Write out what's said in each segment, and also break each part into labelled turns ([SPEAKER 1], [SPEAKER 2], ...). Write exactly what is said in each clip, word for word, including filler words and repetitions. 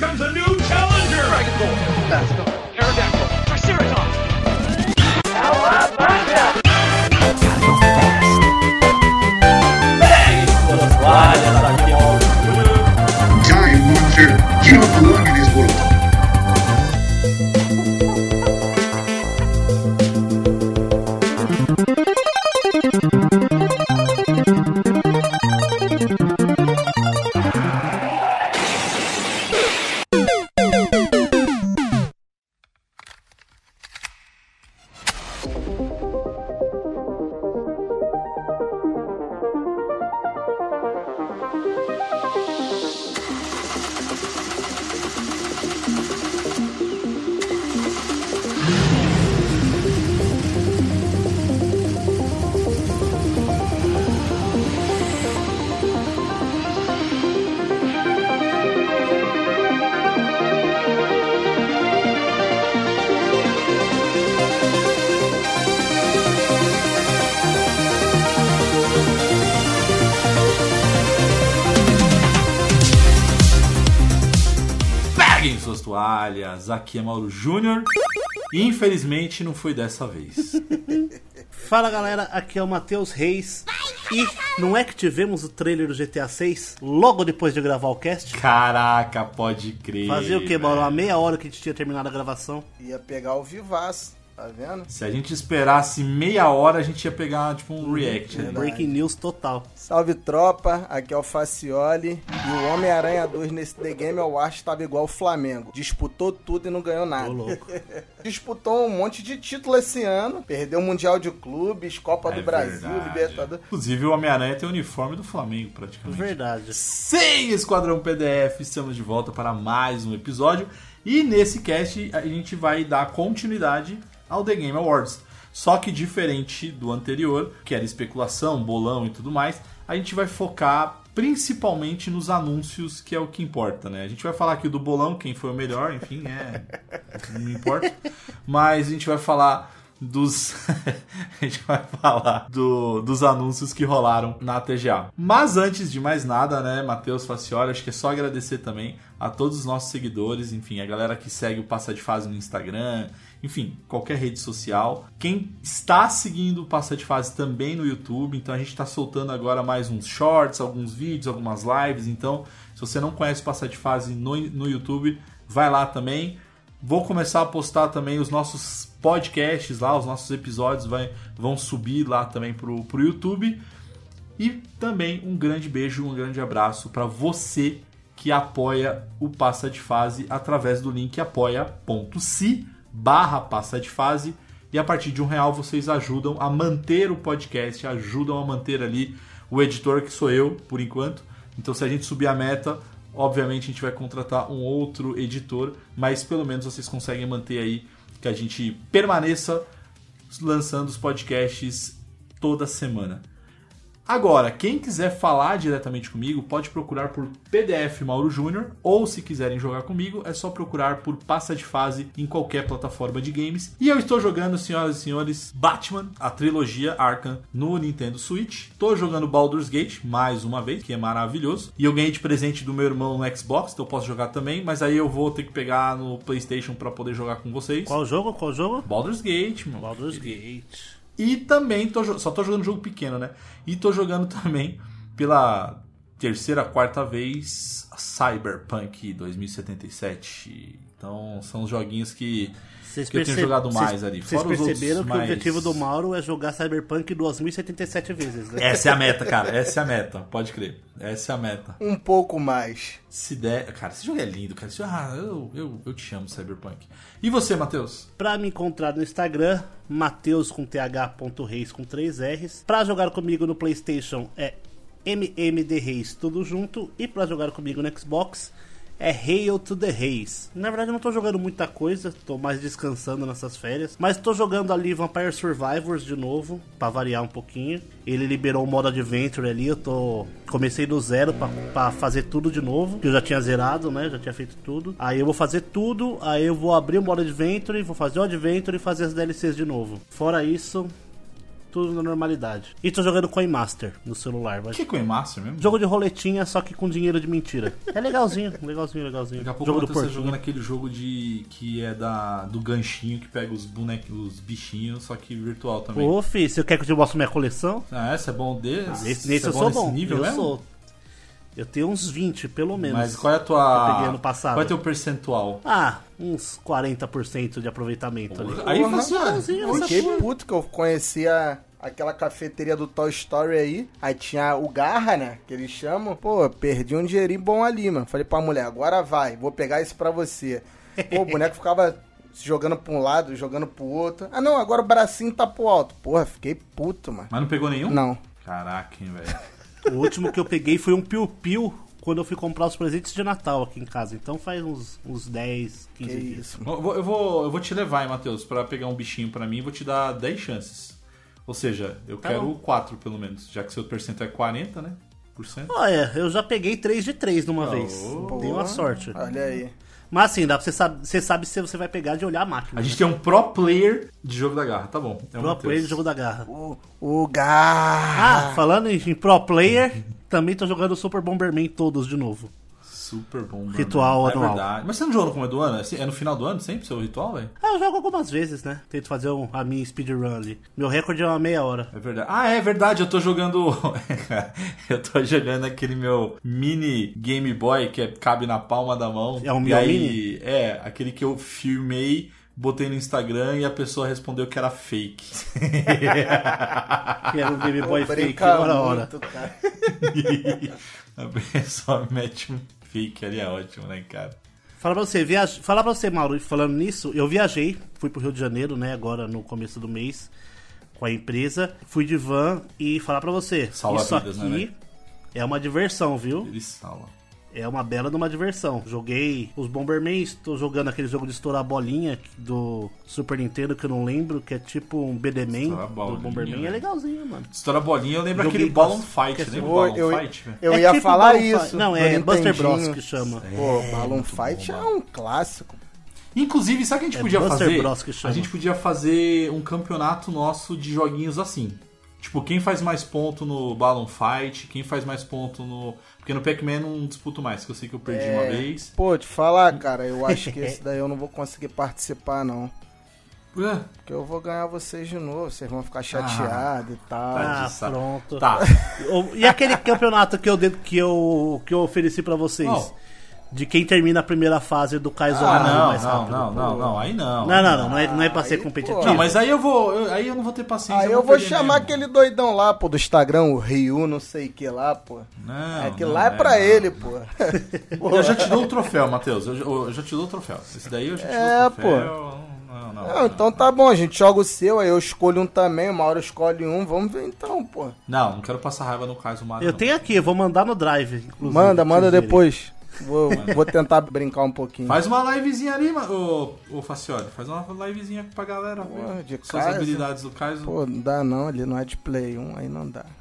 [SPEAKER 1] comes a new challenger! Dragon Ball, Basco, Aerodactyl, Triceratops! Cowabunga! Gotta go fast! Bang!
[SPEAKER 2] Giant monster, you don't belong in this world.
[SPEAKER 3] Toalhas, aqui é Mauro Júnior e infelizmente não foi dessa vez.
[SPEAKER 4] Fala galera, aqui é o Matheus Reis e não é que tivemos o trailer do G T A seis logo depois de gravar o cast?
[SPEAKER 3] Caraca, pode crer.
[SPEAKER 4] Fazia o que, Mauro? Uma meia hora que a gente tinha terminado a gravação.
[SPEAKER 5] Ia pegar o vivaço, tá vendo?
[SPEAKER 3] Se a gente esperasse meia hora, a gente ia pegar tipo um react.
[SPEAKER 4] É, breaking news total.
[SPEAKER 5] Salve tropa, aqui é o Facioli e o Homem-Aranha dois nesse The Game Awards estava igual o Flamengo. Disputou tudo e não ganhou nada.
[SPEAKER 4] Ô, louco.
[SPEAKER 5] Disputou um monte de título esse ano, perdeu o Mundial de Clubes, Copa
[SPEAKER 3] É
[SPEAKER 5] do Brasil,
[SPEAKER 3] verdade.
[SPEAKER 5] Libertadores.
[SPEAKER 3] Inclusive o Homem-Aranha tem o uniforme do Flamengo praticamente.
[SPEAKER 4] Verdade.
[SPEAKER 3] Sim, Esquadrão P D F, estamos de volta para mais um episódio. E nesse cast a gente vai dar continuidade ao The Game Awards. Só que diferente do anterior, que era especulação, bolão e tudo mais, a gente vai focar principalmente nos anúncios, que é o que importa, né? A gente vai falar aqui do bolão, quem foi o melhor, enfim, é... não importa. Mas a gente vai falar dos... a gente vai falar do, dos anúncios que rolaram na T G A. Mas antes de mais nada, né, Matheus Facioli, acho que é só agradecer também a todos os nossos seguidores, enfim, a galera que segue o Passa de Fase no Instagram, enfim, qualquer rede social. Quem está seguindo o Passa de Fase também no YouTube, então a gente está soltando agora mais uns shorts, alguns vídeos, algumas lives, então se você não conhece o Passa de Fase no, no YouTube, vai lá também. Vou começar a postar também os nossos podcasts lá, os nossos episódios vai, vão subir lá também pro, pro YouTube. E também um grande beijo, um grande abraço para você que apoia o Passa de Fase através do link apoia.se barra Passa de Fase. E a partir de um real vocês ajudam a manter o podcast, ajudam a manter ali o editor, que sou eu, por enquanto. Então se a gente subir a meta, obviamente a gente vai contratar um outro editor, mas pelo menos vocês conseguem manter aí que a gente permaneça lançando os podcasts toda semana. Agora, quem quiser falar diretamente comigo, pode procurar por P D F Mauro Júnior, ou se quiserem jogar comigo, é só procurar por Passa de Fase em qualquer plataforma de games. E eu estou jogando, senhoras e senhores, Batman, a trilogia Arkham no Nintendo Switch. Estou jogando Baldur's Gate, mais uma vez, que é maravilhoso. E eu ganhei de presente do meu irmão no Xbox, então eu posso jogar também, mas aí eu vou ter que pegar no PlayStation para poder jogar com vocês.
[SPEAKER 4] Qual jogo? Qual jogo?
[SPEAKER 3] Baldur's Gate, meu.
[SPEAKER 4] Baldur's Gate.
[SPEAKER 3] E também, tô, só tô jogando jogo pequeno, né? E tô jogando também, pela terceira, quarta vez, Cyberpunk dois mil e setenta e sete. Então, são os joguinhos que,
[SPEAKER 4] Vocês
[SPEAKER 3] que eu tenho
[SPEAKER 4] perce...
[SPEAKER 3] jogado mais
[SPEAKER 4] Vocês...
[SPEAKER 3] ali.
[SPEAKER 4] Vocês
[SPEAKER 3] Fora
[SPEAKER 4] perceberam
[SPEAKER 3] os
[SPEAKER 4] que
[SPEAKER 3] mais...
[SPEAKER 4] o objetivo do Mauro é jogar Cyberpunk duas mil e setenta e sete vezes, né?
[SPEAKER 3] Essa é a meta, cara. Essa é a meta. Pode crer. Essa é a meta.
[SPEAKER 5] Um pouco mais.
[SPEAKER 3] Se der... Cara, esse jogo é lindo, cara. Esse... Ah, eu, eu, eu te amo, Cyberpunk. E você, Matheus?
[SPEAKER 4] Pra me encontrar no Instagram, Matheus com th.reis com três R's. Pra jogar comigo no PlayStation é mmdreis, tudo junto. E pra jogar comigo no Xbox é Hail to the Reis. Na verdade eu não tô jogando muita coisa, tô mais descansando nessas férias, mas tô jogando ali Vampire Survivors de novo, pra variar um pouquinho. Ele liberou o modo Adventure ali, eu tô... comecei do zero pra, pra fazer tudo de novo, que eu já tinha zerado, né, já tinha feito tudo. Aí eu vou fazer tudo, aí eu vou abrir o modo Adventure, vou fazer o Adventure e fazer as D L Cs de novo. Fora isso, tudo na normalidade. E tô jogando Coin Master no celular.
[SPEAKER 3] O
[SPEAKER 4] Mas...
[SPEAKER 3] que é Coin Master mesmo?
[SPEAKER 4] Jogo de roletinha, só que com dinheiro de mentira. É legalzinho, legalzinho, legalzinho.
[SPEAKER 3] Daqui a pouco
[SPEAKER 4] jogo do
[SPEAKER 3] você tá
[SPEAKER 4] porquinho.
[SPEAKER 3] jogando aquele jogo de que é da, do ganchinho que pega os bonecos, os bichinhos, só que virtual também.
[SPEAKER 4] Ô, filho, você quer que eu te mostre minha coleção?
[SPEAKER 3] Ah, esse é bom desse?
[SPEAKER 4] Ah, nesse, nesse
[SPEAKER 3] é
[SPEAKER 4] eu
[SPEAKER 3] bom
[SPEAKER 4] sou
[SPEAKER 3] nesse
[SPEAKER 4] bom.
[SPEAKER 3] nível
[SPEAKER 4] eu
[SPEAKER 3] mesmo?
[SPEAKER 4] sou. Eu tenho uns vinte, pelo menos.
[SPEAKER 3] Mas qual é a tua...
[SPEAKER 4] Eu peguei ano passado.
[SPEAKER 3] Qual é o teu percentual?
[SPEAKER 4] Ah, uns quarenta por cento de aproveitamento ali.
[SPEAKER 3] Aí
[SPEAKER 5] Porra,
[SPEAKER 3] funciona.
[SPEAKER 4] legalzinho
[SPEAKER 5] Eu
[SPEAKER 4] essa
[SPEAKER 5] fiquei
[SPEAKER 4] porra.
[SPEAKER 5] puto que eu conhecia aquela cafeteria do Toy Story aí. Aí tinha o Garra, né? Que eles chamam. Pô, perdi um dinheirinho bom ali, mano. Falei pra mulher, agora vai, vou pegar isso pra você. Pô, o boneco ficava jogando pra um lado, jogando pro outro. Ah, não, agora o bracinho tá pro alto. Porra, fiquei puto, mano.
[SPEAKER 3] Mas não pegou nenhum?
[SPEAKER 5] Não.
[SPEAKER 3] Caraca, hein, velho.
[SPEAKER 4] O último que eu peguei foi um piu-piu quando eu fui comprar os presentes de Natal aqui em casa. Então faz uns, uns dez,
[SPEAKER 5] Que
[SPEAKER 4] quinze dias.
[SPEAKER 5] isso.
[SPEAKER 3] Eu vou, eu, vou, eu vou te levar, hein, Matheus, pra pegar um bichinho pra mim e vou te dar dez chances. Ou seja, eu
[SPEAKER 4] Tá
[SPEAKER 3] quero
[SPEAKER 4] bom.
[SPEAKER 3] quatro pelo menos, já que seu percentual é quarenta, né? Por cento.
[SPEAKER 4] Olha, eu já peguei três de três numa
[SPEAKER 3] Oh.
[SPEAKER 4] vez. Dei uma sorte.
[SPEAKER 5] Olha aí.
[SPEAKER 4] Mas assim, dá pra você saber, você sabe se você vai pegar de olhar a máquina.
[SPEAKER 3] A gente tem um pro player de jogo da garra, tá bom. É o
[SPEAKER 4] Pro
[SPEAKER 3] Matheus.
[SPEAKER 4] player de jogo da garra.
[SPEAKER 5] O, o Garra.
[SPEAKER 4] Ah, falando em, em pro player, também tô jogando Super Bomberman todos de novo.
[SPEAKER 3] Super bom. mano.
[SPEAKER 4] Ritual
[SPEAKER 3] é
[SPEAKER 4] anual.
[SPEAKER 3] verdade. Mas você não joga no começo do ano? É assim- É no final do ano sempre, seu ritual, velho?
[SPEAKER 4] Ah, eu jogo algumas vezes, né? Tento fazer um, a minha speedrun ali. Meu recorde é uma meia hora.
[SPEAKER 3] É verdade. Ah, é verdade, eu tô jogando. eu tô jogando aquele meu mini Game Boy que é- cabe na palma da mão.
[SPEAKER 4] É um
[SPEAKER 3] e
[SPEAKER 4] meu
[SPEAKER 3] aí,
[SPEAKER 4] mini?
[SPEAKER 3] É, aquele que eu filmei, botei no Instagram e a pessoa respondeu que era fake.
[SPEAKER 4] Que era um Game Boy fake,
[SPEAKER 5] Brinca
[SPEAKER 4] hora a hora.
[SPEAKER 5] muito, cara.
[SPEAKER 3] a pessoa mete um fake ali, é ótimo, né, cara?
[SPEAKER 4] Fala pra você, viaje... Fala pra você, Mauro, falando nisso, eu viajei, fui pro Rio de Janeiro, né, agora no começo do mês, com a empresa, fui de van e falar pra você,
[SPEAKER 3] Salva
[SPEAKER 4] isso
[SPEAKER 3] vidas,
[SPEAKER 4] aqui
[SPEAKER 3] né, velho?
[SPEAKER 4] é uma diversão, viu?
[SPEAKER 3] Ele sala.
[SPEAKER 4] É uma bela de uma diversão. Joguei os Bomberman, tô jogando aquele jogo de estourar a bolinha do Super Nintendo que eu não lembro, que é tipo um B D Man
[SPEAKER 3] Estourar a
[SPEAKER 4] do
[SPEAKER 3] bolinha,
[SPEAKER 4] Bomberman, é
[SPEAKER 3] velho.
[SPEAKER 4] legalzinho, mano.
[SPEAKER 3] Estoura bolinha, eu lembro
[SPEAKER 4] Joguei
[SPEAKER 3] aquele
[SPEAKER 4] com-
[SPEAKER 3] Balloon Fight,
[SPEAKER 4] que é
[SPEAKER 3] lembra o
[SPEAKER 5] Pô,
[SPEAKER 3] Balloon
[SPEAKER 5] eu,
[SPEAKER 3] Fight, velho?
[SPEAKER 5] eu
[SPEAKER 4] É
[SPEAKER 5] ia
[SPEAKER 4] tipo
[SPEAKER 5] falar
[SPEAKER 4] Balloon
[SPEAKER 5] isso.
[SPEAKER 4] Fight. Não,
[SPEAKER 5] do
[SPEAKER 4] é Buster Bros
[SPEAKER 5] Nintendinho.
[SPEAKER 4] que chama.
[SPEAKER 5] Pô, Balloon
[SPEAKER 3] muito
[SPEAKER 5] Fight
[SPEAKER 3] bom,
[SPEAKER 5] é
[SPEAKER 3] mano.
[SPEAKER 5] um clássico.
[SPEAKER 3] Inclusive, sabe o que a gente
[SPEAKER 4] É
[SPEAKER 3] podia
[SPEAKER 4] Buster
[SPEAKER 3] fazer?
[SPEAKER 4] Bros que chama.
[SPEAKER 3] A gente podia fazer um campeonato nosso de joguinhos assim. Tipo, quem faz mais ponto no Balloon Fight, quem faz mais ponto no... Porque no Pac-Man eu não disputo mais, que eu sei que eu perdi uma vez.
[SPEAKER 5] Pô, te falar, cara, eu acho que esse daí eu não vou conseguir participar, não.
[SPEAKER 3] Ué,
[SPEAKER 5] Porque eu vou ganhar vocês de novo, vocês vão ficar chateados e tal.
[SPEAKER 3] Tá.
[SPEAKER 4] Ah,
[SPEAKER 3] de sa-
[SPEAKER 4] pronto.
[SPEAKER 3] Tá.
[SPEAKER 4] O- E aquele campeonato que eu, de- que eu, que eu ofereci pra vocês?
[SPEAKER 3] Qual?
[SPEAKER 4] De quem termina a primeira fase do Kaizo
[SPEAKER 3] Ah, não,
[SPEAKER 4] mais
[SPEAKER 3] não,
[SPEAKER 4] rápido.
[SPEAKER 3] não, não, não, aí não.
[SPEAKER 4] Não, não, não, não é, não é pra
[SPEAKER 5] Aí,
[SPEAKER 4] ser
[SPEAKER 5] pô.
[SPEAKER 4] competitivo.
[SPEAKER 3] Não, mas aí eu vou. eu- aí eu não vou ter paciência.
[SPEAKER 5] Aí eu vou
[SPEAKER 3] perder
[SPEAKER 5] chamar
[SPEAKER 3] mesmo.
[SPEAKER 5] aquele doidão lá, pô, do Instagram, o Ryu, não sei o que lá, pô.
[SPEAKER 3] Não,
[SPEAKER 5] Aquilo
[SPEAKER 3] não,
[SPEAKER 5] lá é pra
[SPEAKER 3] não.
[SPEAKER 5] ele, pô.
[SPEAKER 3] Eu já te dou o troféu, Matheus. Eu, eu já te dou o troféu. Esse daí eu já te
[SPEAKER 5] É,
[SPEAKER 3] dou o
[SPEAKER 5] pô.
[SPEAKER 3] troféu. Não, não,
[SPEAKER 5] Não, então tá bom, a gente joga o seu, aí eu escolho um também, uma hora eu escolho um, vamos ver então, pô.
[SPEAKER 3] Não, não quero passar raiva no caso Mario.
[SPEAKER 4] Eu
[SPEAKER 3] não.
[SPEAKER 4] tenho aqui, eu vou mandar no Drive, inclusive.
[SPEAKER 5] Manda,
[SPEAKER 4] pra
[SPEAKER 5] manda
[SPEAKER 4] vocês verem.
[SPEAKER 5] depois. Vou, vou tentar brincar um pouquinho.
[SPEAKER 3] Faz uma livezinha ali, ma- ô, ô Facioli. Faz uma livezinha pra galera
[SPEAKER 5] Porra,
[SPEAKER 3] ver
[SPEAKER 5] de
[SPEAKER 3] suas
[SPEAKER 5] Kaizo.
[SPEAKER 3] habilidades do Kaizo.
[SPEAKER 5] Pô, não dá não, ali não é de Play um, aí não dá.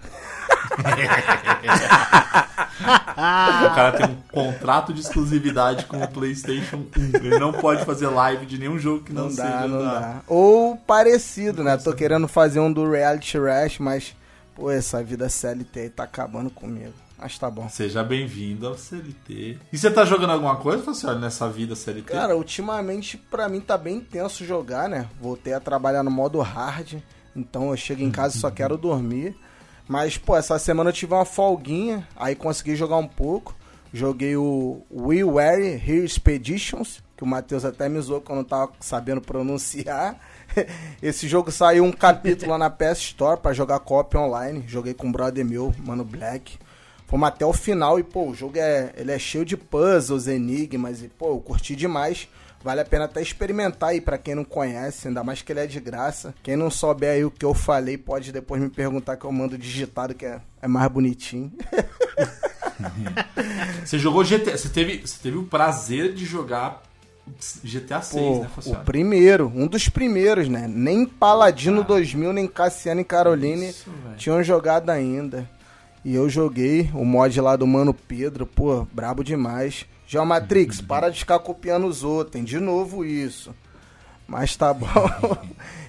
[SPEAKER 3] O cara tem um contrato de exclusividade com o PlayStation um. Ele não pode fazer live de nenhum jogo que não,
[SPEAKER 5] Não
[SPEAKER 3] seja
[SPEAKER 5] dá, não
[SPEAKER 3] da-
[SPEAKER 5] dá. Ou parecido, né? Tô querendo fazer um do Reality Rush, mas, pô, essa vida C L T aí tá acabando comigo. Mas tá bom.
[SPEAKER 3] Seja bem-vindo ao C L T. E você tá jogando alguma coisa, Facioli, nessa vida C L T?
[SPEAKER 5] Cara, ultimamente pra mim tá bem intenso jogar, né? Voltei a trabalhar no modo hard, então eu chego em casa e só quero dormir. Mas, pô, essa semana eu tive uma folguinha, aí consegui jogar um pouco. Joguei o WiiWare Here Expeditions, que o Matheus até me zoou que eu não tava sabendo pronunciar. Esse jogo saiu um capítulo lá na P S Store pra jogar co-op online. Joguei com um brother meu, Mano Black. Fomos até o final e, pô, o jogo é, ele é cheio de puzzles, enigmas e, pô, eu curti demais. Vale a pena até experimentar aí pra quem não conhece, ainda mais que ele é de graça. Quem não souber aí o que eu falei, pode depois me perguntar que eu mando digitado, que é, é mais bonitinho.
[SPEAKER 3] Você jogou G T A. Você teve, você teve o prazer de jogar G T A seis,
[SPEAKER 5] Pô,
[SPEAKER 3] né,
[SPEAKER 5] o
[SPEAKER 3] Facioli?
[SPEAKER 5] primeiro, um dos primeiros, né? Nem Paladino dois mil, nem Cassiano e Caroline
[SPEAKER 3] Isso, velho.
[SPEAKER 5] tinham jogado ainda. E eu joguei o mod lá do Mano Pedro, pô, brabo demais. Geomatrix, para de ficar copiando os outros, tem de novo isso. Mas tá bom.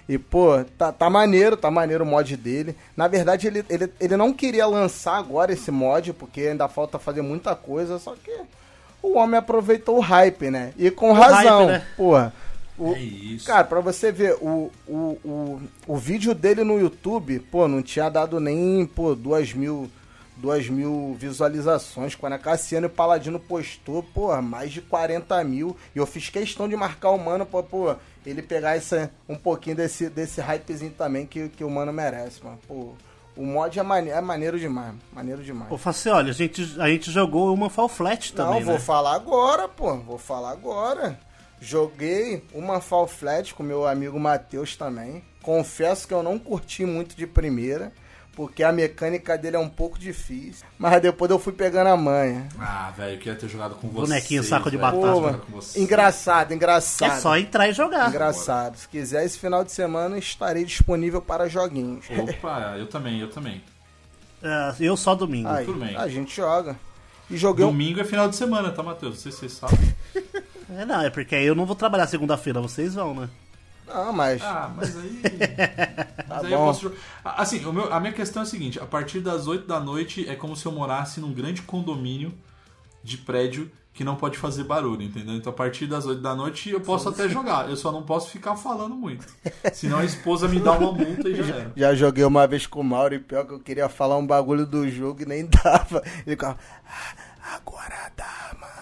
[SPEAKER 5] E, pô, tá, tá maneiro, tá maneiro o mod dele. Na verdade, ele, ele, ele não queria lançar agora esse mod, porque ainda falta fazer muita coisa, só que o homem aproveitou o hype, né? E com
[SPEAKER 4] O
[SPEAKER 5] razão,
[SPEAKER 4] hype, né?
[SPEAKER 5] porra. O,
[SPEAKER 3] É isso.
[SPEAKER 5] Cara, pra você ver, o, o, o, o vídeo dele no YouTube, pô, não tinha dado nem, pô, duas mil, duas mil visualizações. Quando a Cassiano e o Paladino postou, pô, mais de quarenta mil. E eu fiz questão de marcar o mano pra, pô, ele pegar esse, um pouquinho desse, desse hypezinho também que, que o mano merece, mano. Pô, o mod é, mane é maneiro demais, maneiro demais.
[SPEAKER 4] Pô, Faci, olha, a gente, a gente jogou uma Fall Flat também,
[SPEAKER 5] Não, vou
[SPEAKER 4] né?
[SPEAKER 5] falar agora, pô, vou falar agora. Joguei uma Fall Flat com meu amigo Matheus também. Confesso que eu não curti muito de primeira, porque a mecânica dele é um pouco difícil. Mas depois eu fui pegando a manha.
[SPEAKER 3] Ah, velho, eu queria ter jogado com você.
[SPEAKER 4] Bonequinho, saco de
[SPEAKER 3] velho.
[SPEAKER 4] batata.
[SPEAKER 5] Pô,
[SPEAKER 3] Jogado
[SPEAKER 5] mano,
[SPEAKER 3] com vocês.
[SPEAKER 5] engraçado, engraçado.
[SPEAKER 4] É só entrar e jogar.
[SPEAKER 5] Engraçado. Se quiser, esse final de semana estarei disponível para joguinhos.
[SPEAKER 3] Opa, eu também, eu também.
[SPEAKER 4] É, eu só domingo.
[SPEAKER 5] Aí,
[SPEAKER 3] tudo bem.
[SPEAKER 5] a gente joga. E joguei um...
[SPEAKER 3] Domingo é final de semana, tá, Matheus? Não sei se vocês sabem.
[SPEAKER 4] É, não, é porque aí eu não vou trabalhar segunda-feira, vocês vão, né?
[SPEAKER 5] Não, mas...
[SPEAKER 3] Ah, mas aí.
[SPEAKER 5] Tá
[SPEAKER 3] mas aí eu
[SPEAKER 5] bom.
[SPEAKER 3] posso jogar. Assim, o meu, a minha questão é a seguinte: a partir das oito da noite é como se eu morasse num grande condomínio de prédio que não pode fazer barulho, entendeu? Então a partir das oito da noite eu posso até jogar, eu só não posso ficar falando muito. Senão a esposa me dá uma multa e já era.
[SPEAKER 5] Já joguei uma vez com o Mauro e pior que eu queria falar um bagulho do jogo e nem dava. Ele ficava, ah, agora dá, mano.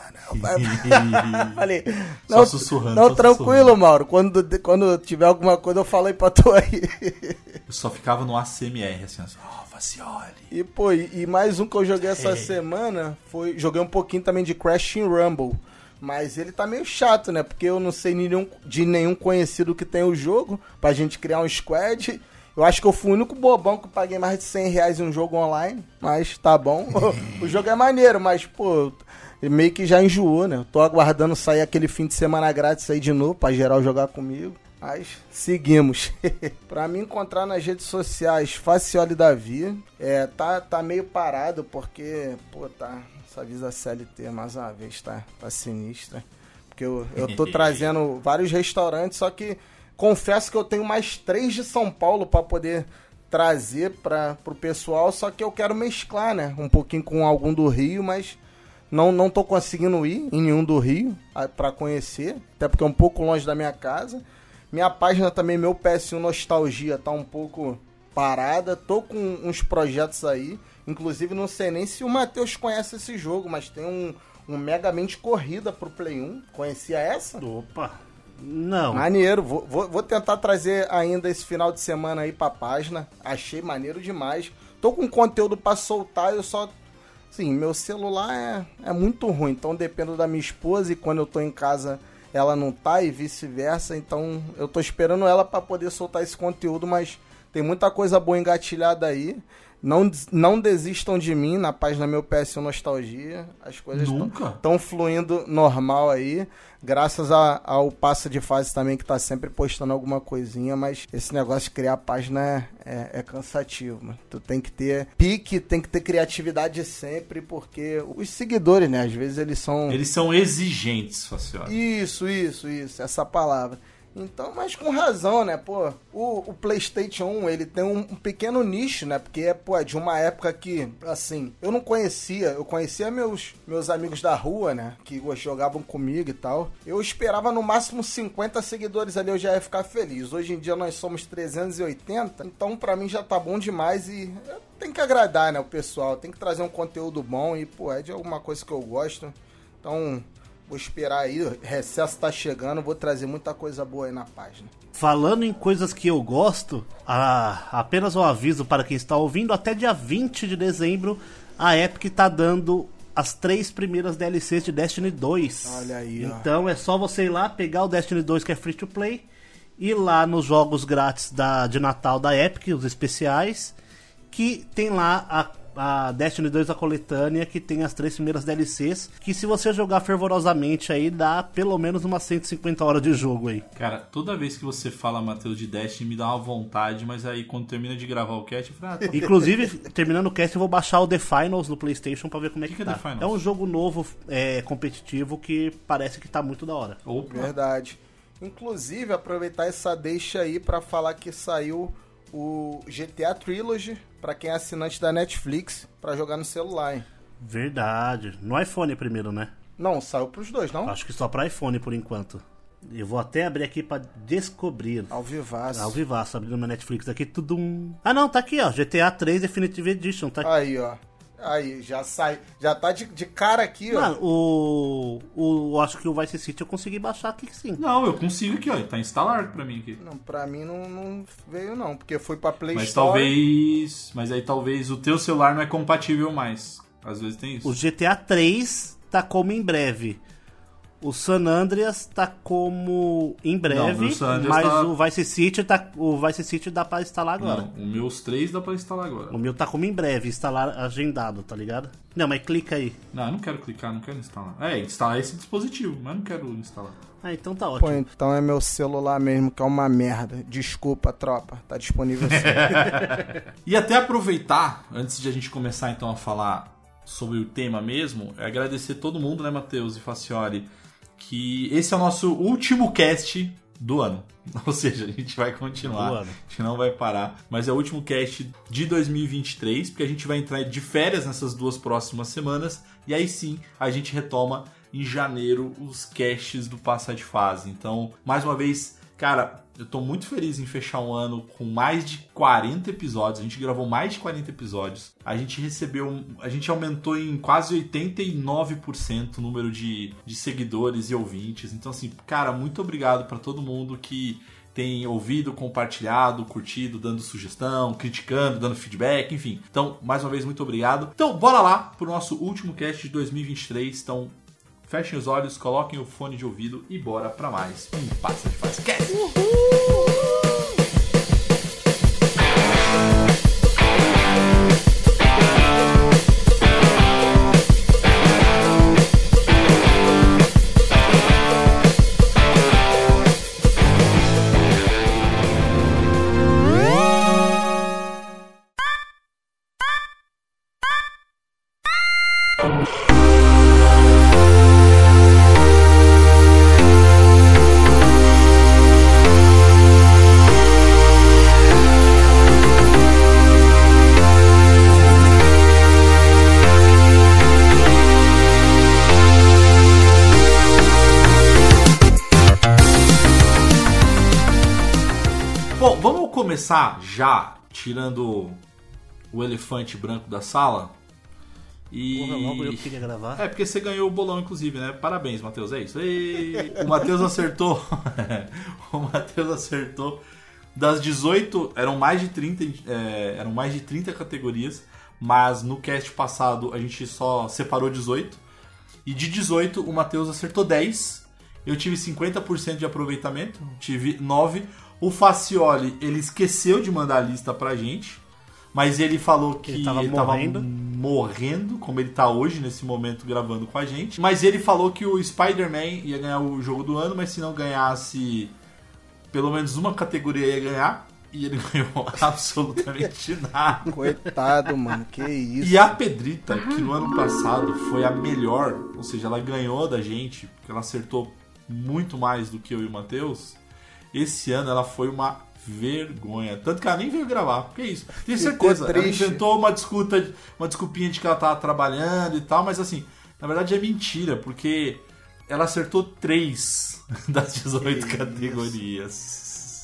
[SPEAKER 5] Eu falei,
[SPEAKER 3] Só
[SPEAKER 5] não,
[SPEAKER 3] sussurrando,
[SPEAKER 5] não
[SPEAKER 3] só
[SPEAKER 5] tranquilo,
[SPEAKER 3] sussurrando.
[SPEAKER 5] Mauro. Quando, quando tiver alguma coisa eu falo aí pra tu aí.
[SPEAKER 3] Eu só ficava no A C M R, assim, assim, ó, oh, Facioli.
[SPEAKER 5] E, pô, e, e mais um que eu joguei essa
[SPEAKER 3] É.
[SPEAKER 5] semana foi. Joguei um pouquinho também de Crash Team Rumble. Mas ele tá meio chato, né? Porque eu não sei nenhum, de nenhum conhecido que tem o jogo pra gente criar um squad. Eu acho que eu fui o único bobão que paguei mais de cem reais em um jogo online. Mas tá bom. O jogo é maneiro, mas, pô, meio que já enjoou, né? Eu tô aguardando sair aquele fim de semana grátis aí de novo pra geral jogar comigo. Mas seguimos. Pra me encontrar nas redes sociais, Facioli Davi. É, tá, tá meio parado porque, pô, tá. Essa Visa C L T mais uma vez tá, tá sinistra. Porque eu, eu tô trazendo vários restaurantes, só que confesso que eu tenho mais três de São Paulo pra poder trazer para pro pessoal, só que eu quero mesclar, né? Um pouquinho com algum do Rio, mas não, não tô conseguindo ir em nenhum do Rio para conhecer, até porque é um pouco longe da minha casa. Minha página também, meu P S um Nostalgia, tá um pouco parada. Tô com uns projetos aí. Inclusive, não sei nem se o Matheus conhece esse jogo, mas tem um, um Megamente Corrida pro Play um. Conhecia essa?
[SPEAKER 4] Opa, não.
[SPEAKER 5] Maneiro. Vou, vou, vou tentar trazer ainda esse final de semana aí pra página. Achei maneiro demais. Tô com conteúdo pra soltar, eu só... Sim, meu celular é, é muito ruim, então dependo da minha esposa e quando eu tô em casa ela não tá e vice-versa, então eu tô esperando ela pra poder soltar esse conteúdo, mas tem muita coisa boa engatilhada aí. Não, não desistam de mim na página Meu P S um Nostalgia. As coisas estão fluindo normal aí. Graças a, ao Passa de Fase também, que tá sempre postando alguma coisinha. Mas esse negócio de criar página é, é, é cansativo, mano. Tu tem que ter pique, tem que ter criatividade sempre, porque os seguidores, né, às vezes eles são...
[SPEAKER 3] Eles são exigentes, Facioli.
[SPEAKER 5] Isso, isso, isso. Essa palavra. Então, mas com razão, né, pô, o, o PlayStation um, ele tem um, um pequeno nicho, né, porque é, pô, é de uma época que, assim, eu não conhecia, eu conhecia meus, meus amigos da rua, né, que jogavam comigo e tal, eu esperava no máximo cinquenta seguidores ali, eu já ia ficar feliz. Hoje em dia nós somos trezentos e oitenta, então pra mim já tá bom demais e tem que agradar, né, o pessoal, tem que trazer um conteúdo bom e, pô, é de alguma coisa que eu gosto, então... Vou esperar aí, o recesso tá chegando, vou trazer muita coisa boa aí na página.
[SPEAKER 4] Falando em coisas que eu gosto, a, apenas um aviso para quem está ouvindo, até dia vinte de dezembro, a Epic tá dando as três primeiras D L Cs de Destiny dois.
[SPEAKER 5] Olha aí, ó.
[SPEAKER 4] Então é só você ir lá, pegar o Destiny dois que é free to play, ir lá nos jogos grátis da, de Natal da Epic, os especiais, que tem lá a a Destiny dois, a coletânea, que tem as três primeiras D L Cs, que se você jogar fervorosamente aí, dá pelo menos umas cento e cinquenta horas de jogo aí.
[SPEAKER 3] Cara, toda vez que você fala, Matheus, de Destiny, me dá uma vontade, mas aí quando termina de gravar o cast, eu falo, ah, tô...
[SPEAKER 4] Inclusive, terminando o cast, eu vou baixar o The Finals no PlayStation pra ver como é que,
[SPEAKER 3] que, que
[SPEAKER 4] tá.
[SPEAKER 3] é The Finals?
[SPEAKER 4] É um jogo novo, é, competitivo, que parece que tá muito da hora.
[SPEAKER 3] Opa.
[SPEAKER 5] Verdade. Inclusive, aproveitar essa deixa aí pra falar que saiu o G T A Trilogy pra quem é assinante da Netflix pra jogar no celular, hein?
[SPEAKER 4] Verdade. No iPhone primeiro, né?
[SPEAKER 5] Não, saiu pros dois, não?
[SPEAKER 4] Acho que só pra iPhone por enquanto. Eu vou até abrir aqui pra descobrir.
[SPEAKER 5] Ao vivaço.
[SPEAKER 4] Ao vivaço, abrindo meu Netflix aqui, tudo um... Ah não, tá aqui, ó. G T A três Definitive Edition, tá aqui.
[SPEAKER 5] Aí, ó. Aí, já sai. Já tá de, de cara aqui, ó.
[SPEAKER 4] Mano, o, o... Eu acho que o Vice City eu consegui baixar aqui sim.
[SPEAKER 3] Não, eu consigo aqui, ó. Tá instalado pra mim aqui.
[SPEAKER 5] Não, pra mim não, não veio não, porque foi pra Play
[SPEAKER 3] Mas
[SPEAKER 5] Store.
[SPEAKER 3] talvez... Mas aí talvez o teu celular não é compatível mais. Às vezes tem isso.
[SPEAKER 4] O G T A três tá como em breve. O San Andreas tá como em breve,
[SPEAKER 3] Não, o San Andreas
[SPEAKER 4] mas
[SPEAKER 3] tá-
[SPEAKER 4] o Vice City tá, o Vice City dá pra instalar agora.
[SPEAKER 3] Não, os meus três dá pra instalar agora.
[SPEAKER 4] O meu tá como em breve, instalar agendado, tá ligado? Não, mas clica aí.
[SPEAKER 3] Não, eu não quero clicar, não quero instalar. É, instalar esse dispositivo, mas não quero instalar.
[SPEAKER 4] Ah, então tá
[SPEAKER 5] Pô,
[SPEAKER 4] ótimo.
[SPEAKER 5] então é meu celular mesmo, que é uma merda. Desculpa, tropa. Tá disponível sim.
[SPEAKER 3] E até aproveitar, antes de a gente começar então a falar sobre o tema mesmo, é agradecer todo mundo, né, Matheus e Facioli, que esse é o nosso último cast do ano. Ou seja, a gente vai continuar,
[SPEAKER 4] Do
[SPEAKER 3] a
[SPEAKER 4] ano.
[SPEAKER 3] gente não vai parar, mas é o último cast de dois mil e vinte e três, porque a gente vai entrar de férias nessas duas próximas semanas, e aí sim a gente retoma em janeiro os casts do Passa de Fase. Então, mais uma vez, cara, eu tô muito feliz em fechar um ano com mais de quarenta episódios. A gente gravou mais de quarenta episódios. A gente recebeu... A gente aumentou em quase oitenta e nove por cento o número de, de seguidores e ouvintes. Então, assim, cara, muito obrigado pra todo mundo que tem ouvido, compartilhado, curtido, dando sugestão, criticando, dando feedback, enfim. Então, mais uma vez, muito obrigado. Então, bora lá pro nosso último cast de dois mil e vinte e três. Então, fechem os olhos, coloquem o fone de ouvido e bora pra mais um Passa de Fase Cast. Bom, vamos começar já tirando o elefante branco da sala. E...
[SPEAKER 4] Porra, logo eu queria gravar.
[SPEAKER 3] É, porque você ganhou o bolão, inclusive, né? Parabéns, Matheus, é isso. Ei, o Matheus acertou. O Matheus acertou. Das dezoito, eram mais de trinta, é, eram mais de trinta categorias, mas no cast passado a gente só separou dezoito. E de dezoito, o Matheus acertou dez. Eu tive cinquenta por cento de aproveitamento, tive nove. O Facioli, ele esqueceu de mandar a lista pra gente, mas ele falou que
[SPEAKER 4] Ele tava
[SPEAKER 3] ele tava
[SPEAKER 4] morrendo.
[SPEAKER 3] morrendo, como ele tá hoje, nesse momento, gravando com a gente. Mas ele falou que o Spider-Man ia ganhar o jogo do ano, mas se não ganhasse pelo menos uma categoria ia ganhar. E ele ganhou absolutamente nada.
[SPEAKER 5] Coitado, mano, que isso.
[SPEAKER 3] E a Pedrita, que no ano passado foi a melhor, ou seja, ela ganhou da gente, porque ela acertou muito mais do que eu e o Matheus, esse ano ela foi uma vergonha. Tanto que ela nem veio gravar. Porque é isso. Tenho
[SPEAKER 5] Ficou
[SPEAKER 3] certeza. Ela
[SPEAKER 5] triste.
[SPEAKER 3] inventou uma desculpa, uma desculpinha de que ela tava trabalhando e tal, mas assim, na verdade é mentira, porque ela acertou três das dezoito categorias.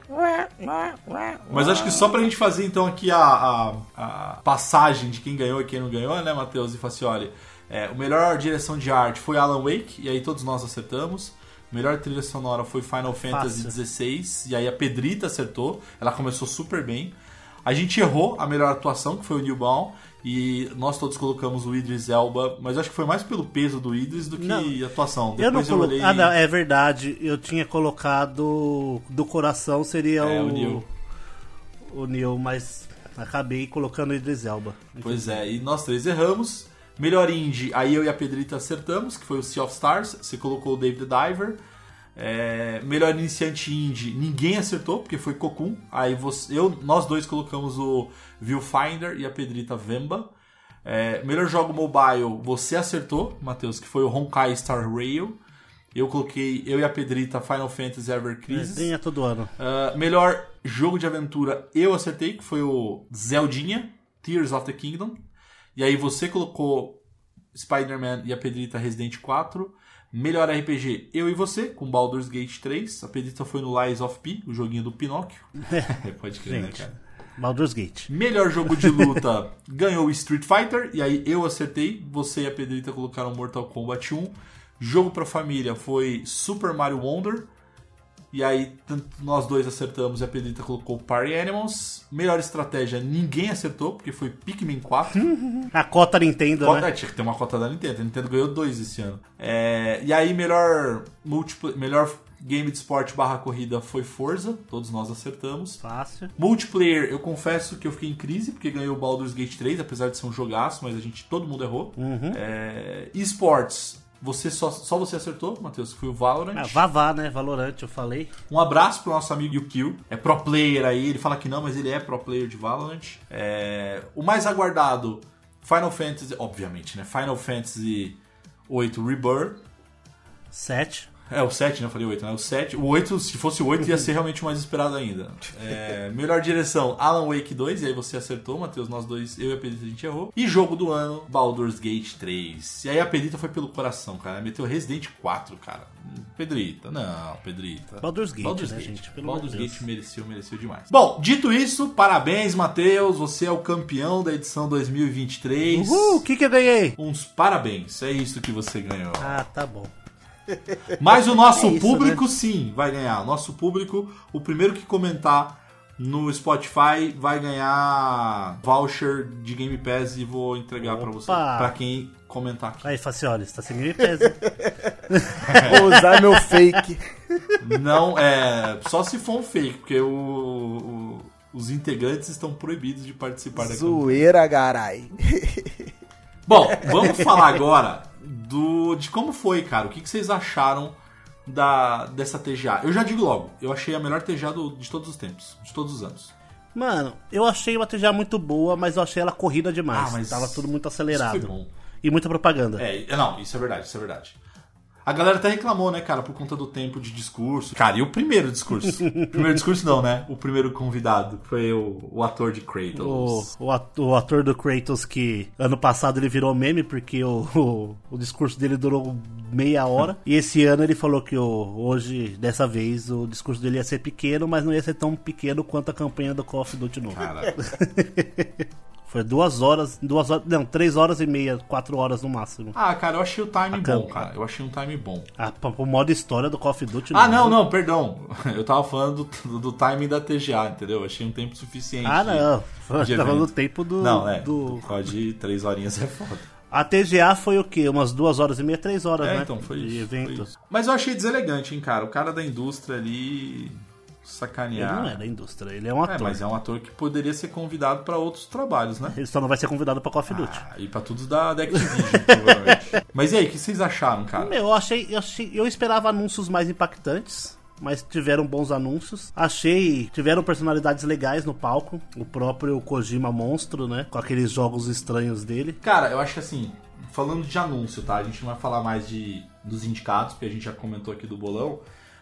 [SPEAKER 3] Mas acho que só pra gente fazer então aqui a, a, a passagem de quem ganhou e quem não ganhou, né, Matheus e Facioli? É, o melhor direção de arte foi Alan Wake, e aí todos nós acertamos. Melhor trilha sonora foi Final Fantasy dezesseis, e aí a Pedrita acertou, ela começou super bem. A gente errou a melhor atuação, que foi o Newbound, e nós todos colocamos o Idris Elba, mas acho que foi mais pelo peso do Idris do que
[SPEAKER 4] Não,
[SPEAKER 3] a atuação.
[SPEAKER 4] Eu não
[SPEAKER 3] Depois eu,
[SPEAKER 4] colo...
[SPEAKER 3] olhei...
[SPEAKER 4] Ah, não, é verdade. Eu tinha colocado do coração seria
[SPEAKER 3] É,
[SPEAKER 4] o...
[SPEAKER 3] o Neil.
[SPEAKER 4] O Neil, mas acabei colocando o Idris Elba.
[SPEAKER 3] Pois é, e nós três erramos. Melhor indie, aí eu e a Pedrita acertamos, que foi o Sea of Stars. Você colocou o David the Diver. É, melhor iniciante indie, ninguém acertou, porque foi Cocoon. Aí você, eu, nós dois colocamos o Viewfinder e a Pedrita Vemba. É, melhor jogo mobile, você acertou, Matheus, que foi o Honkai Star Rail. Eu coloquei, eu e a Pedrita, Final Fantasy Ever Crisis.
[SPEAKER 4] Ganha todo ano.
[SPEAKER 3] Uh, melhor jogo de aventura, eu acertei, que foi o Zeldinha, Tears of the Kingdom. E aí você colocou Spider-Man e a Pedrita Resident quatro. Melhor R P G, eu e você, com Baldur's Gate três. A Pedrita foi no Lies of P, o joguinho do Pinóquio. Pode crer,
[SPEAKER 4] Gente,
[SPEAKER 3] né, cara?
[SPEAKER 4] Baldur's Gate.
[SPEAKER 3] Melhor jogo de luta, ganhou Street Fighter. E aí eu acertei, você e a Pedrita colocaram Mortal Kombat um. Jogo pra família foi Super Mario Wonder. E aí tanto nós dois acertamos e a Pedrita colocou Party Animals. Melhor estratégia, ninguém acertou, porque foi Pikmin quatro.
[SPEAKER 4] A cota Nintendo,
[SPEAKER 3] Cota,
[SPEAKER 4] né?
[SPEAKER 3] tinha que ter uma cota da Nintendo. A Nintendo ganhou dois esse ano. É, e aí, melhor, multipl- melhor game de esporte barra corrida foi Forza. Todos nós acertamos.
[SPEAKER 4] Fácil.
[SPEAKER 3] Multiplayer, eu confesso que eu fiquei em crise, porque ganhou o Baldur's Gate três, apesar de ser um jogaço, mas a gente, todo mundo errou.
[SPEAKER 4] Uhum.
[SPEAKER 3] É, esportes, você só, só você acertou, Matheus, que foi o Valorant.
[SPEAKER 4] Ah, Vavá, né? Valorant, eu falei.
[SPEAKER 3] Um abraço pro nosso amigo Yukio. É pro player aí, ele fala que não, mas ele é pro player de Valorant. É, o mais aguardado, Final Fantasy, obviamente, né? Final Fantasy oito Rebirth.
[SPEAKER 4] Sete.
[SPEAKER 3] É, o sete, né? Eu falei oito, né? O sete. O oito, se fosse o oito, ia ser realmente o mais esperado ainda. É, melhor direção, Alan Wake dois. E aí você acertou, Matheus. Nós dois, eu e a Pedrita, a gente errou. E jogo do ano, Baldur's Gate três. E aí a Pedrita foi pelo coração, cara. Meteu Resident quatro, cara. Pedrita, não, Pedrita.
[SPEAKER 4] Baldur's Gate,
[SPEAKER 3] Baldur's
[SPEAKER 4] né,
[SPEAKER 3] Gate.
[SPEAKER 4] gente? Pelo
[SPEAKER 3] Baldur's
[SPEAKER 4] amor de
[SPEAKER 3] Gate
[SPEAKER 4] Deus.
[SPEAKER 3] mereceu, mereceu demais. Bom, dito isso, parabéns, Matheus. Você é o campeão da edição dois mil e vinte e três.
[SPEAKER 4] Uhul, o que que eu ganhei?
[SPEAKER 3] Uns parabéns. É isso que você ganhou.
[SPEAKER 4] Ah, tá bom.
[SPEAKER 3] Mas o nosso
[SPEAKER 4] É isso,
[SPEAKER 3] público, sim, vai ganhar. O nosso público, o primeiro que comentar no Spotify vai ganhar voucher de Game Pass e vou entregar pra você.
[SPEAKER 4] Opa!
[SPEAKER 3] Pra quem comentar aqui.
[SPEAKER 4] Aí, Facioli, você tá sem Game Pass, hein?
[SPEAKER 5] Vou usar meu fake.
[SPEAKER 3] Não, é. Só se for um fake, porque o, o- os integrantes estão proibidos de participar da campanha.
[SPEAKER 5] Zoeira, garai.
[SPEAKER 3] Bom, vamos falar agora do, de como foi, cara. O que, que vocês acharam da, dessa T G A? Eu já digo logo, eu achei a melhor T G A do- de todos os tempos, de todos os anos.
[SPEAKER 4] Mano, eu achei uma T G A muito boa, mas eu achei ela corrida demais.
[SPEAKER 3] Ah, mas
[SPEAKER 4] Tava tudo muito
[SPEAKER 3] Isso
[SPEAKER 4] acelerado.
[SPEAKER 3] foi bom.
[SPEAKER 4] E muita propaganda.
[SPEAKER 3] É, não, isso é verdade, isso é verdade. A galera até reclamou, né, cara, por conta do tempo de discurso. Cara, e o primeiro discurso? O primeiro discurso não, né? O primeiro convidado foi o, o ator de
[SPEAKER 4] O,
[SPEAKER 3] Kratos.
[SPEAKER 4] o, at- o ator do Kratos que ano passado ele virou meme porque o, o, o discurso dele durou meia hora. E esse ano ele falou que o, hoje, dessa vez, o discurso dele ia ser pequeno, mas não ia ser tão pequeno quanto a campanha do Call of Duty novo.
[SPEAKER 3] Cara,
[SPEAKER 4] Foi duas horas, duas horas, não, três horas e meia, quatro horas no máximo.
[SPEAKER 3] ah, cara, eu achei o time
[SPEAKER 4] A
[SPEAKER 3] bom,
[SPEAKER 4] campo.
[SPEAKER 3] cara. Eu achei um time bom.
[SPEAKER 4] Ah, pra- pro modo história do Call of Duty
[SPEAKER 3] Ah,
[SPEAKER 4] novo.
[SPEAKER 3] não, não, perdão. Eu tava falando do, do timing da T G A, entendeu? Eu achei um tempo suficiente.
[SPEAKER 4] Ah,
[SPEAKER 3] de-
[SPEAKER 4] não.
[SPEAKER 3] de
[SPEAKER 4] Tava no
[SPEAKER 3] evento.
[SPEAKER 4] tempo do.
[SPEAKER 3] Não, é.
[SPEAKER 4] do...
[SPEAKER 3] Pode três horinhas é foda.
[SPEAKER 4] A T G A foi o quê? Umas duas horas e meia, três horas,
[SPEAKER 3] É,
[SPEAKER 4] né?
[SPEAKER 3] então, foi
[SPEAKER 4] de
[SPEAKER 3] isso, foi
[SPEAKER 4] evento.
[SPEAKER 3] isso. Mas eu achei deselegante, hein, cara. O cara da indústria ali
[SPEAKER 4] Ele
[SPEAKER 3] sacanear.
[SPEAKER 4] não é da indústria, ele é um
[SPEAKER 3] É,
[SPEAKER 4] ator.
[SPEAKER 3] mas é um ator que poderia ser convidado pra outros trabalhos, né?
[SPEAKER 4] Ele só não vai ser convidado pra Call of Duty.
[SPEAKER 3] Ah, e pra todos da, da Activision, provavelmente. Mas e aí, o que vocês acharam, cara?
[SPEAKER 4] Meu, eu achei, eu achei. Eu esperava anúncios mais impactantes, mas tiveram bons anúncios. Achei. Tiveram personalidades legais no palco. O próprio Kojima Monstro, né? Com aqueles jogos estranhos dele.
[SPEAKER 3] Cara, eu acho que assim, falando de anúncio, tá? A gente não vai falar mais de, dos indicados, porque a gente já comentou aqui do bolão.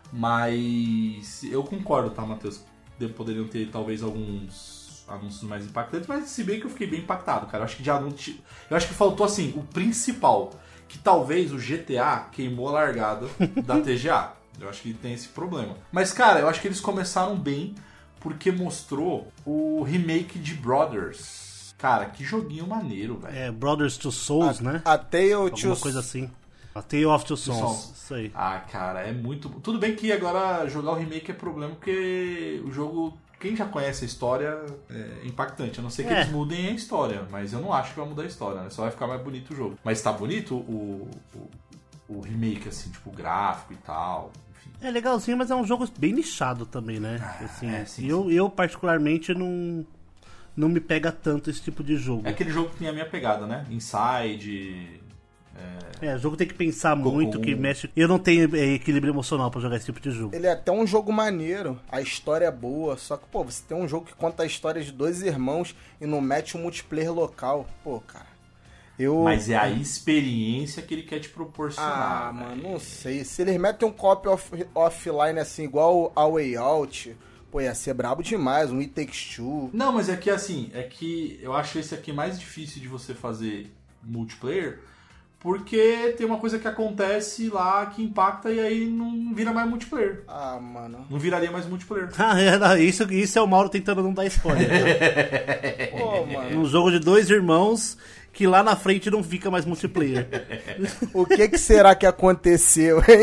[SPEAKER 3] Mas eu concordo, tá, Matheus? De- Poderiam ter talvez alguns anúncios mais impactantes, mas se bem que eu fiquei bem impactado, cara. Eu acho que de anúncio. Eu acho que faltou assim, o principal, que talvez o G T A queimou a largada da T G A. Eu acho que tem esse problema. Mas, cara, eu acho que eles começaram bem porque mostrou o remake de Brothers. Cara, que joguinho maneiro, velho.
[SPEAKER 4] É, Brothers to Souls, né?
[SPEAKER 5] A Tale
[SPEAKER 4] Alguma
[SPEAKER 5] to...
[SPEAKER 4] coisa assim. A Tale of Two Sons.
[SPEAKER 3] Sons.
[SPEAKER 4] Isso aí.
[SPEAKER 3] Ah, cara, é muito. Tudo bem que agora jogar o remake é problema, porque o jogo. Quem já conhece a história é impactante. A não ser que
[SPEAKER 4] É.
[SPEAKER 3] eles mudem a história, mas eu não acho que vai mudar a história, né? Só vai ficar mais bonito o jogo. Mas tá bonito o, o, o remake, assim, tipo, o gráfico e tal. Enfim.
[SPEAKER 4] É legalzinho, mas é um jogo bem nichado também, né? Assim,
[SPEAKER 3] é, sim,
[SPEAKER 4] eu, eu, particularmente, não, não me pega tanto esse tipo de jogo.
[SPEAKER 3] É aquele jogo que tem a minha pegada, né? Inside.
[SPEAKER 4] É, o jogo tem que pensar
[SPEAKER 3] Cocoon.
[SPEAKER 4] muito, que mexe... Eu não tenho é, equilíbrio emocional pra jogar esse tipo de jogo.
[SPEAKER 5] Ele é até um jogo maneiro, a história é boa, só que, pô, você tem um jogo que conta a história de dois irmãos e não mete um multiplayer local. Pô, cara, Eu...
[SPEAKER 3] Mas é a experiência que ele quer te proporcionar.
[SPEAKER 5] Ah, mano,
[SPEAKER 3] velho.
[SPEAKER 5] não sei. Se eles metem um copy off, offline assim, igual a Way Out, pô, ia ser brabo demais, um It Takes Two.
[SPEAKER 3] Não, mas é que assim, é que eu acho esse aqui mais difícil de você fazer multiplayer, porque tem uma coisa que acontece lá que impacta e aí não vira mais multiplayer.
[SPEAKER 5] Ah, mano.
[SPEAKER 3] Não viraria mais multiplayer.
[SPEAKER 4] Ah, é, não, isso, isso é o Mauro tentando não dar spoiler. Né?
[SPEAKER 5] Pô, mano.
[SPEAKER 4] Um jogo de dois irmãos que lá na frente não fica mais multiplayer.
[SPEAKER 5] O que que será que aconteceu, hein?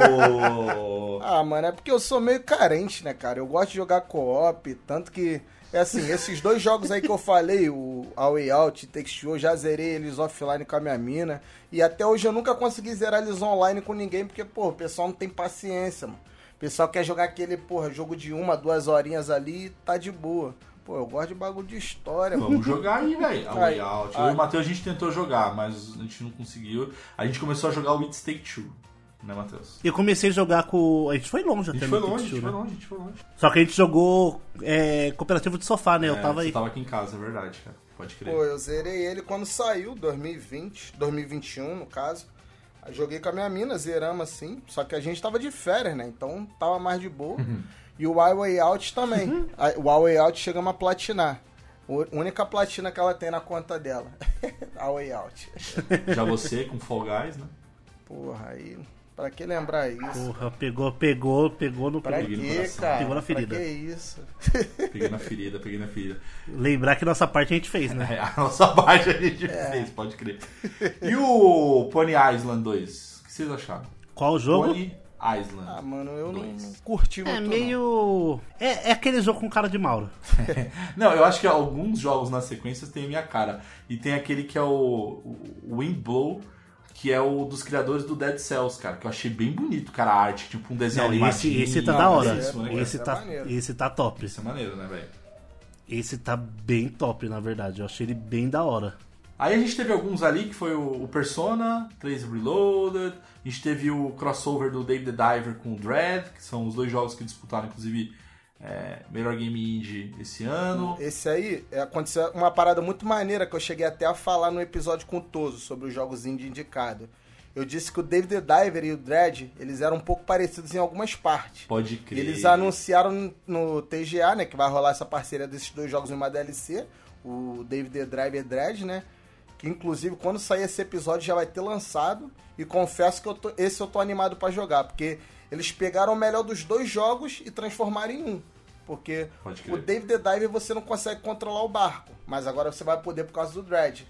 [SPEAKER 3] Oh.
[SPEAKER 5] Ah, mano, é porque eu sou meio carente, né, cara? Eu gosto de jogar co-op, tanto que, é assim, esses dois jogos aí que eu falei, o A Way Out e Takes Two, eu já zerei eles offline com a minha mina, e até hoje eu nunca consegui zerar eles online com ninguém, porque, pô, o pessoal não tem paciência, mano. O pessoal quer jogar aquele, porra, jogo de uma, duas horinhas ali e tá de boa. Pô, eu gosto de bagulho de história, mano.
[SPEAKER 3] Vamos jogar aí, velho. A Way Out. Eu
[SPEAKER 5] ai.
[SPEAKER 3] e o Matheus, a gente tentou jogar, mas a gente não conseguiu. A gente começou a jogar o It Takes Two, né, Matheus?
[SPEAKER 4] Eu comecei a jogar com... A gente foi longe
[SPEAKER 3] A
[SPEAKER 4] até
[SPEAKER 3] gente foi
[SPEAKER 4] no
[SPEAKER 3] longe, a
[SPEAKER 4] Pikachu,
[SPEAKER 3] gente foi
[SPEAKER 4] né?
[SPEAKER 3] longe, a gente foi longe.
[SPEAKER 4] Só que a gente jogou é, cooperativo de sofá, né? Eu
[SPEAKER 3] É,
[SPEAKER 4] tava
[SPEAKER 3] você
[SPEAKER 4] aí.
[SPEAKER 3] tava aqui em casa, é verdade, cara. Pode crer.
[SPEAKER 5] Pô, eu zerei ele quando saiu, dois mil e vinte, dois mil e vinte e um, no caso. Aí joguei com a minha mina, zeramos assim, só que a gente tava de férias, né? Então tava mais de boa. E o A Way Out também. A- O A Way Out chegamos a platinar. A única platina que ela tem na conta dela. A Way Out.
[SPEAKER 3] Já você com Fall Guys, né?
[SPEAKER 5] Porra, aí... Pra que lembrar isso?
[SPEAKER 4] Porra, pegou, pegou, pegou no...
[SPEAKER 5] Pra
[SPEAKER 3] peguei no
[SPEAKER 5] que,
[SPEAKER 3] coração.
[SPEAKER 5] cara?
[SPEAKER 4] Pegou na ferida.
[SPEAKER 5] Pra que isso?
[SPEAKER 3] Peguei na ferida, peguei na ferida.
[SPEAKER 4] Lembrar que nossa parte a gente fez, né?
[SPEAKER 3] É, a nossa parte a gente
[SPEAKER 5] É.
[SPEAKER 3] fez, pode crer. E o Pony Island dois? O que vocês acharam?
[SPEAKER 4] Qual o jogo?
[SPEAKER 3] Pony Island.
[SPEAKER 5] Ah, mano, eu não,
[SPEAKER 3] Dois.
[SPEAKER 5] não curti muito,
[SPEAKER 4] É
[SPEAKER 5] não.
[SPEAKER 4] meio... É, é aquele jogo com cara de Mauro.
[SPEAKER 3] Não, eu acho que alguns jogos na sequência têm a minha cara. E tem aquele que é o, o Windblow, que é o dos criadores do Dead Cells, cara. Que eu achei bem bonito, cara, a arte. Tipo um desenho
[SPEAKER 4] Não, esse,
[SPEAKER 3] animadinho.
[SPEAKER 4] esse tá
[SPEAKER 5] Não,
[SPEAKER 4] da hora.
[SPEAKER 5] esse é-
[SPEAKER 3] Isso, né, cara?
[SPEAKER 4] Esse
[SPEAKER 5] é
[SPEAKER 4] tá,
[SPEAKER 5] maneiro.
[SPEAKER 4] esse tá top.
[SPEAKER 3] Isso é maneiro, né, velho?
[SPEAKER 4] Esse tá bem top, na verdade. Eu achei ele bem da hora.
[SPEAKER 3] Aí a gente teve alguns ali, que foi o, o Persona três Reloaded, a gente teve o crossover do Dave the Diver com o Dread, que são os dois jogos que disputaram, inclusive, é, melhor game indie esse ano.
[SPEAKER 5] Esse aí, é, aconteceu uma parada muito maneira que eu cheguei até a falar no episódio com o Toso sobre os jogos indie indicados. Eu disse que o Dave the Diver e o Dread, eles eram um pouco parecidos em algumas partes.
[SPEAKER 3] Pode crer.
[SPEAKER 5] Eles anunciaram no T G A, né, que vai rolar essa parceria desses dois jogos em uma D L C, o Dave the Diver e Dread, né, que inclusive quando sair esse episódio já vai ter lançado, e confesso que eu tô, esse eu tô animado pra jogar, porque eles pegaram o melhor dos dois jogos e transformaram em um. Porque
[SPEAKER 3] Pode crer.
[SPEAKER 5] o Dave the Diver você não consegue controlar o barco, mas agora você vai poder por causa do Dread,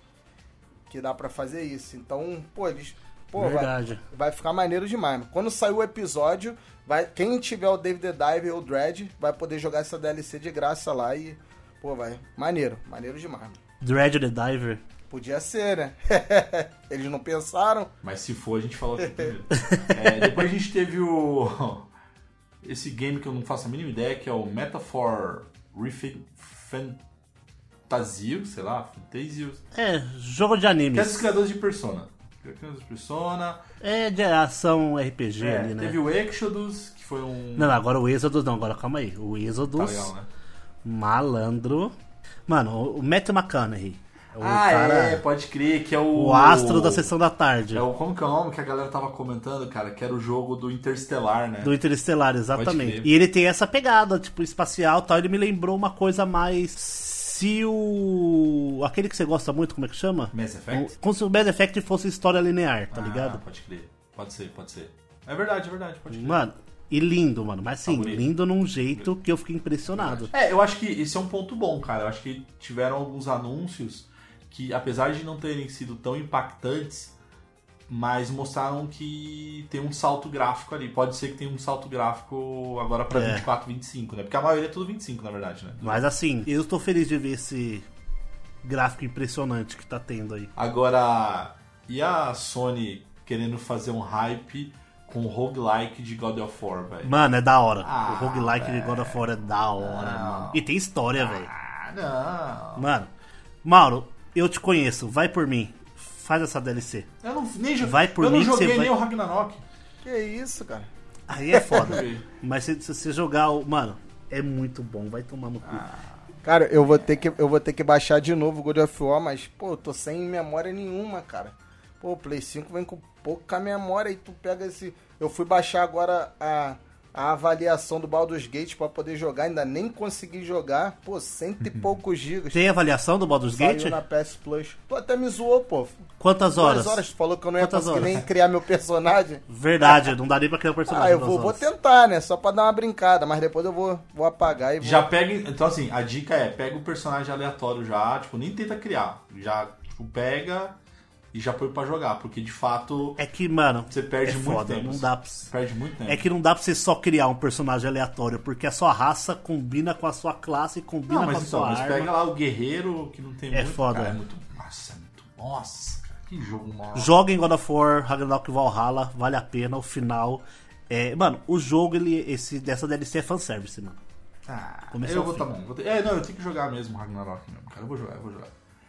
[SPEAKER 5] que dá pra fazer isso. Então, pô, eles... Pô, vai,
[SPEAKER 4] Verdade.
[SPEAKER 5] vai ficar maneiro demais. Mano. Quando sair o episódio, vai, quem tiver o Dave the Diver ou o Dread vai poder jogar essa D L C de graça lá e... Pô, vai. Maneiro. Maneiro demais. Mano.
[SPEAKER 4] Dread the Diver.
[SPEAKER 5] Podia ser, né? Eles não pensaram.
[SPEAKER 3] Mas se for, a gente falou aqui primeiro. É, depois a gente teve o... Esse game que eu não faço a mínima ideia, que é o Metaphor Riff Fantasio, sei lá, Fantasios.
[SPEAKER 4] É, jogo de
[SPEAKER 3] Que é
[SPEAKER 4] animes.
[SPEAKER 3] dos criadores de Persona. Criadores de Persona.
[SPEAKER 4] É de ação R P G
[SPEAKER 3] É,
[SPEAKER 4] ali, né?
[SPEAKER 3] teve o Exodus, que foi um...
[SPEAKER 4] Não, não, agora o Exodus não, agora calma aí. O
[SPEAKER 3] Tá
[SPEAKER 4] Exodus,
[SPEAKER 3] legal, né?
[SPEAKER 4] malandro. Mano, o Matthew McConaughey. O
[SPEAKER 3] ah,
[SPEAKER 4] cara,
[SPEAKER 3] é, pode crer, que é o...
[SPEAKER 4] o astro da sessão da tarde.
[SPEAKER 3] É o, como que é o nome que a galera tava comentando, cara? Que era o jogo do Interstellar, né?
[SPEAKER 4] Do Interestelar, exatamente.
[SPEAKER 3] crer.
[SPEAKER 4] E ele tem essa pegada, tipo, espacial e tal. Ele me lembrou uma coisa mais... Se o... Aquele que você gosta muito, como é que chama?
[SPEAKER 3] Mass Effect?
[SPEAKER 4] O... Como se o Mass Effect fosse história linear, tá
[SPEAKER 3] Ah,
[SPEAKER 4] ligado?
[SPEAKER 3] pode crer. Pode ser, pode ser. É verdade, é verdade, pode crer.
[SPEAKER 4] Mano, e lindo, mano. Mas assim,
[SPEAKER 3] Tá bonito.
[SPEAKER 4] lindo num jeito que eu fiquei impressionado.
[SPEAKER 3] É, eu acho que esse é um ponto bom, cara. Eu acho que tiveram alguns anúncios que, apesar de não terem sido tão impactantes, mas mostraram que tem um salto gráfico ali. Pode ser que tenha um salto gráfico agora pra
[SPEAKER 4] É.
[SPEAKER 3] vinte e quatro, vinte e cinco, né? Porque a maioria é tudo vinte e cinco, na verdade, né?
[SPEAKER 4] Mas assim, eu tô feliz de ver esse gráfico impressionante que tá tendo aí.
[SPEAKER 3] Agora, e a Sony querendo fazer um hype com o roguelike de God of War, velho?
[SPEAKER 4] Mano, é da hora.
[SPEAKER 3] Ah,
[SPEAKER 4] o roguelike de
[SPEAKER 3] velho.
[SPEAKER 4] God of War é da hora,
[SPEAKER 3] Não.
[SPEAKER 4] mano. E tem história, velho.
[SPEAKER 3] Ah, não.
[SPEAKER 4] Mano, Mauro, eu te conheço. Vai por mim. Faz essa D L C.
[SPEAKER 3] Eu não, nem jo-
[SPEAKER 4] Vai por
[SPEAKER 3] eu não
[SPEAKER 4] mim que
[SPEAKER 3] joguei
[SPEAKER 4] você
[SPEAKER 3] nem
[SPEAKER 4] vai-
[SPEAKER 3] o Ragnarok.
[SPEAKER 5] Que isso, cara?
[SPEAKER 4] Aí é foda. Mas se, se você jogar o... Mano, é muito bom. Vai tomar no cu.
[SPEAKER 5] Cara, eu vou, ter que, eu vou ter que baixar de novo o God of War, mas, pô, eu tô sem memória nenhuma, cara. Pô, o Play cinco vem com pouca memória e tu pega esse... Eu fui baixar agora a, a avaliação do Baldur's Gate pra poder jogar, ainda nem consegui jogar. Pô, cento e poucos gigas.
[SPEAKER 4] Tem avaliação do Baldur's
[SPEAKER 5] Saiu
[SPEAKER 4] Gate?
[SPEAKER 5] na P S Plus. Tu até me zoou, pô.
[SPEAKER 4] Quantas horas?
[SPEAKER 5] Duas horas, tu falou que eu não ia
[SPEAKER 4] Quantas
[SPEAKER 5] conseguir
[SPEAKER 4] horas?
[SPEAKER 5] nem criar meu personagem.
[SPEAKER 4] Verdade, não dá nem pra criar o personagem.
[SPEAKER 5] Ah, eu
[SPEAKER 4] em
[SPEAKER 5] vou,
[SPEAKER 4] duas
[SPEAKER 5] vou
[SPEAKER 4] horas.
[SPEAKER 5] tentar, né? Só pra dar uma brincada, mas depois eu vou, vou apagar e vou...
[SPEAKER 3] Já pega. Então, assim, a dica é: pega o personagem aleatório já, tipo, nem tenta criar. Já, tipo, pega e já põe pra jogar, porque de fato
[SPEAKER 4] É que, mano,
[SPEAKER 3] você perde
[SPEAKER 4] é
[SPEAKER 3] muito
[SPEAKER 4] foda,
[SPEAKER 3] tempo.
[SPEAKER 4] não dá pra...
[SPEAKER 3] Você perde muito tempo.
[SPEAKER 4] É que não dá pra você só criar um personagem aleatório, porque a sua raça combina com a sua classe e combina
[SPEAKER 3] Não,
[SPEAKER 4] com a
[SPEAKER 3] mas então,
[SPEAKER 4] sua
[SPEAKER 3] mas
[SPEAKER 4] arma.
[SPEAKER 3] pega lá o guerreiro que não tem
[SPEAKER 4] É
[SPEAKER 3] muito.
[SPEAKER 4] foda,
[SPEAKER 3] Cara,
[SPEAKER 4] é.
[SPEAKER 3] é muito. Nossa, é muito. Nossa, cara, que jogo mal.
[SPEAKER 4] Joguem God of War, Ragnarok Valhalla, vale a pena, o final... É, mano, o jogo, ele, esse, dessa D L C é fanservice, mano.
[SPEAKER 3] Ah,
[SPEAKER 4] Começou
[SPEAKER 3] eu
[SPEAKER 4] ao
[SPEAKER 3] vou
[SPEAKER 4] fim.
[SPEAKER 3] tá bom. Vou ter... É, não, eu tenho que jogar mesmo Ragnarok mesmo, cara. Eu vou jogar, eu vou jogar.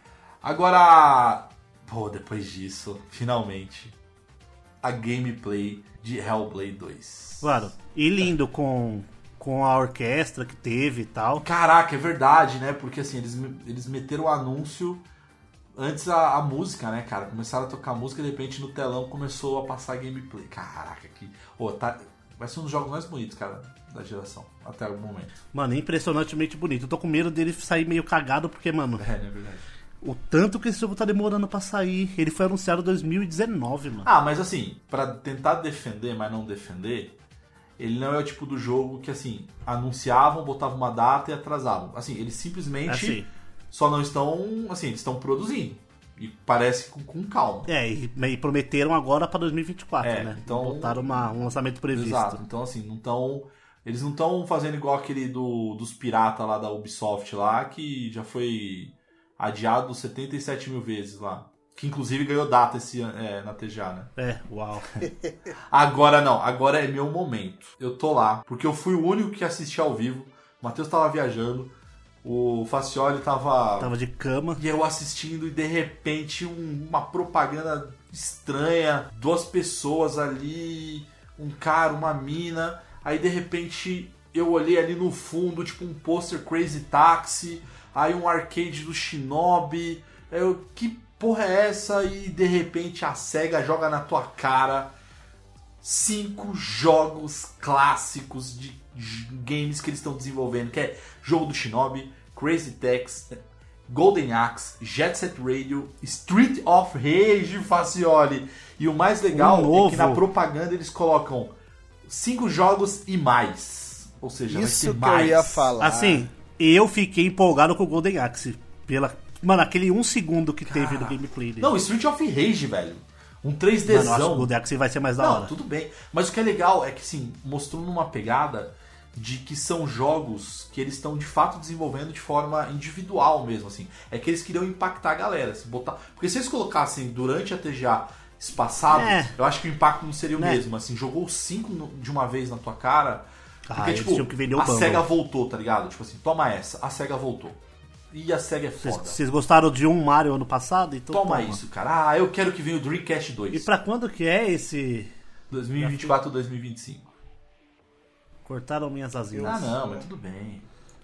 [SPEAKER 3] Agora, pô, depois disso, finalmente, a gameplay de Hellblade dois.
[SPEAKER 4] Mano, e lindo com, com a orquestra que teve e tal.
[SPEAKER 3] Caraca, é verdade, né? Porque assim, eles, eles meteram o anúncio antes a, a música, né, cara? Começaram a tocar música e de repente no telão começou a passar gameplay. Caraca, que. Ô, tá... Vai ser um dos jogos mais bonitos, cara, da geração, até o momento.
[SPEAKER 4] Mano, impressionantemente bonito. Eu tô com medo dele sair meio cagado, porque, mano,
[SPEAKER 3] É, não é verdade.
[SPEAKER 4] o tanto que esse jogo tá demorando pra sair. Ele foi anunciado em dois mil e dezenove, mano.
[SPEAKER 3] Ah, mas assim, pra tentar defender, mas não defender, ele não é o tipo do jogo que, assim, anunciavam, botavam uma data e atrasavam. Assim, eles simplesmente
[SPEAKER 4] Assim.
[SPEAKER 3] só não estão, assim, eles estão produzindo. E parece com, com calma.
[SPEAKER 4] É, e, e prometeram agora pra dois mil e vinte e quatro,
[SPEAKER 3] É,
[SPEAKER 4] né?
[SPEAKER 3] então-
[SPEAKER 4] Botaram uma, um lançamento previsto.
[SPEAKER 3] Exato. Então, assim, não estão... Eles não estão fazendo igual aquele do, dos piratas lá da Ubisoft lá, que já foi adiado setenta e sete mil vezes lá. Que inclusive ganhou data esse ano, é, na T G A, né?
[SPEAKER 4] É, uau.
[SPEAKER 3] Agora não, agora é meu momento. Eu tô lá, porque eu fui o único que assisti ao vivo. O Matheus tava viajando, o Facioli tava...
[SPEAKER 4] Tava de cama.
[SPEAKER 3] E eu assistindo e de repente um- uma propaganda estranha, duas pessoas ali, um cara, uma mina. Aí de repente eu olhei ali no fundo, tipo um pôster Crazy Taxi, aí um arcade do Shinobi. Eu, que porra é essa? E de repente a SEGA joga na tua cara cinco jogos clássicos de j- games que eles estão desenvolvendo, que é jogo do Shinobi, Crazy Taxi, Golden Axe, Jet Set Radio, Street of Rage, Facioli. E o mais legal
[SPEAKER 4] Um
[SPEAKER 3] é que na
[SPEAKER 4] novo.
[SPEAKER 3] propaganda eles colocam cinco jogos e mais. Ou seja,
[SPEAKER 5] Isso
[SPEAKER 3] vai
[SPEAKER 5] que
[SPEAKER 3] ter mais.
[SPEAKER 5] eu ia falar.
[SPEAKER 4] Assim, eu fiquei empolgado com o Golden Axe. Pela... Mano, aquele um segundo que teve no gameplay dele.
[SPEAKER 3] Não, Street of Rage, velho. Um
[SPEAKER 4] Mano, eu acho que o
[SPEAKER 3] três Dzão.
[SPEAKER 4] Golden Axe vai ser mais da
[SPEAKER 3] Não,
[SPEAKER 4] hora.
[SPEAKER 3] tudo bem. Mas o que é legal é que, assim, mostrou numa pegada de que são jogos que eles estão de fato desenvolvendo de forma individual mesmo, assim. É que eles queriam impactar a galera, se botar... Porque se eles colocassem durante a T G A espaçado,
[SPEAKER 4] É.
[SPEAKER 3] eu acho que o impacto não seria o
[SPEAKER 4] Né?
[SPEAKER 3] mesmo, assim. Jogou cinco no- de uma vez na tua cara,
[SPEAKER 4] Ah,
[SPEAKER 3] porque,
[SPEAKER 4] eles
[SPEAKER 3] tipo,
[SPEAKER 4] tinham que vender o
[SPEAKER 3] a
[SPEAKER 4] bundle.
[SPEAKER 3] SEGA voltou, tá ligado? Tipo assim, toma essa, a SEGA voltou. E a SEGA é
[SPEAKER 4] Vocês,
[SPEAKER 3] foda.
[SPEAKER 4] vocês gostaram de um Mario ano passado? Então
[SPEAKER 3] Toma,
[SPEAKER 4] toma.
[SPEAKER 3] isso, cara. Ah, eu quero que venha o Dreamcast
[SPEAKER 4] E
[SPEAKER 3] dois.
[SPEAKER 4] pra quando que é esse...
[SPEAKER 3] dois mil e vinte e quatro ou dois mil e vinte e cinco.
[SPEAKER 4] Cortaram minhas asinhas.
[SPEAKER 3] Ah, não, mas tudo bem.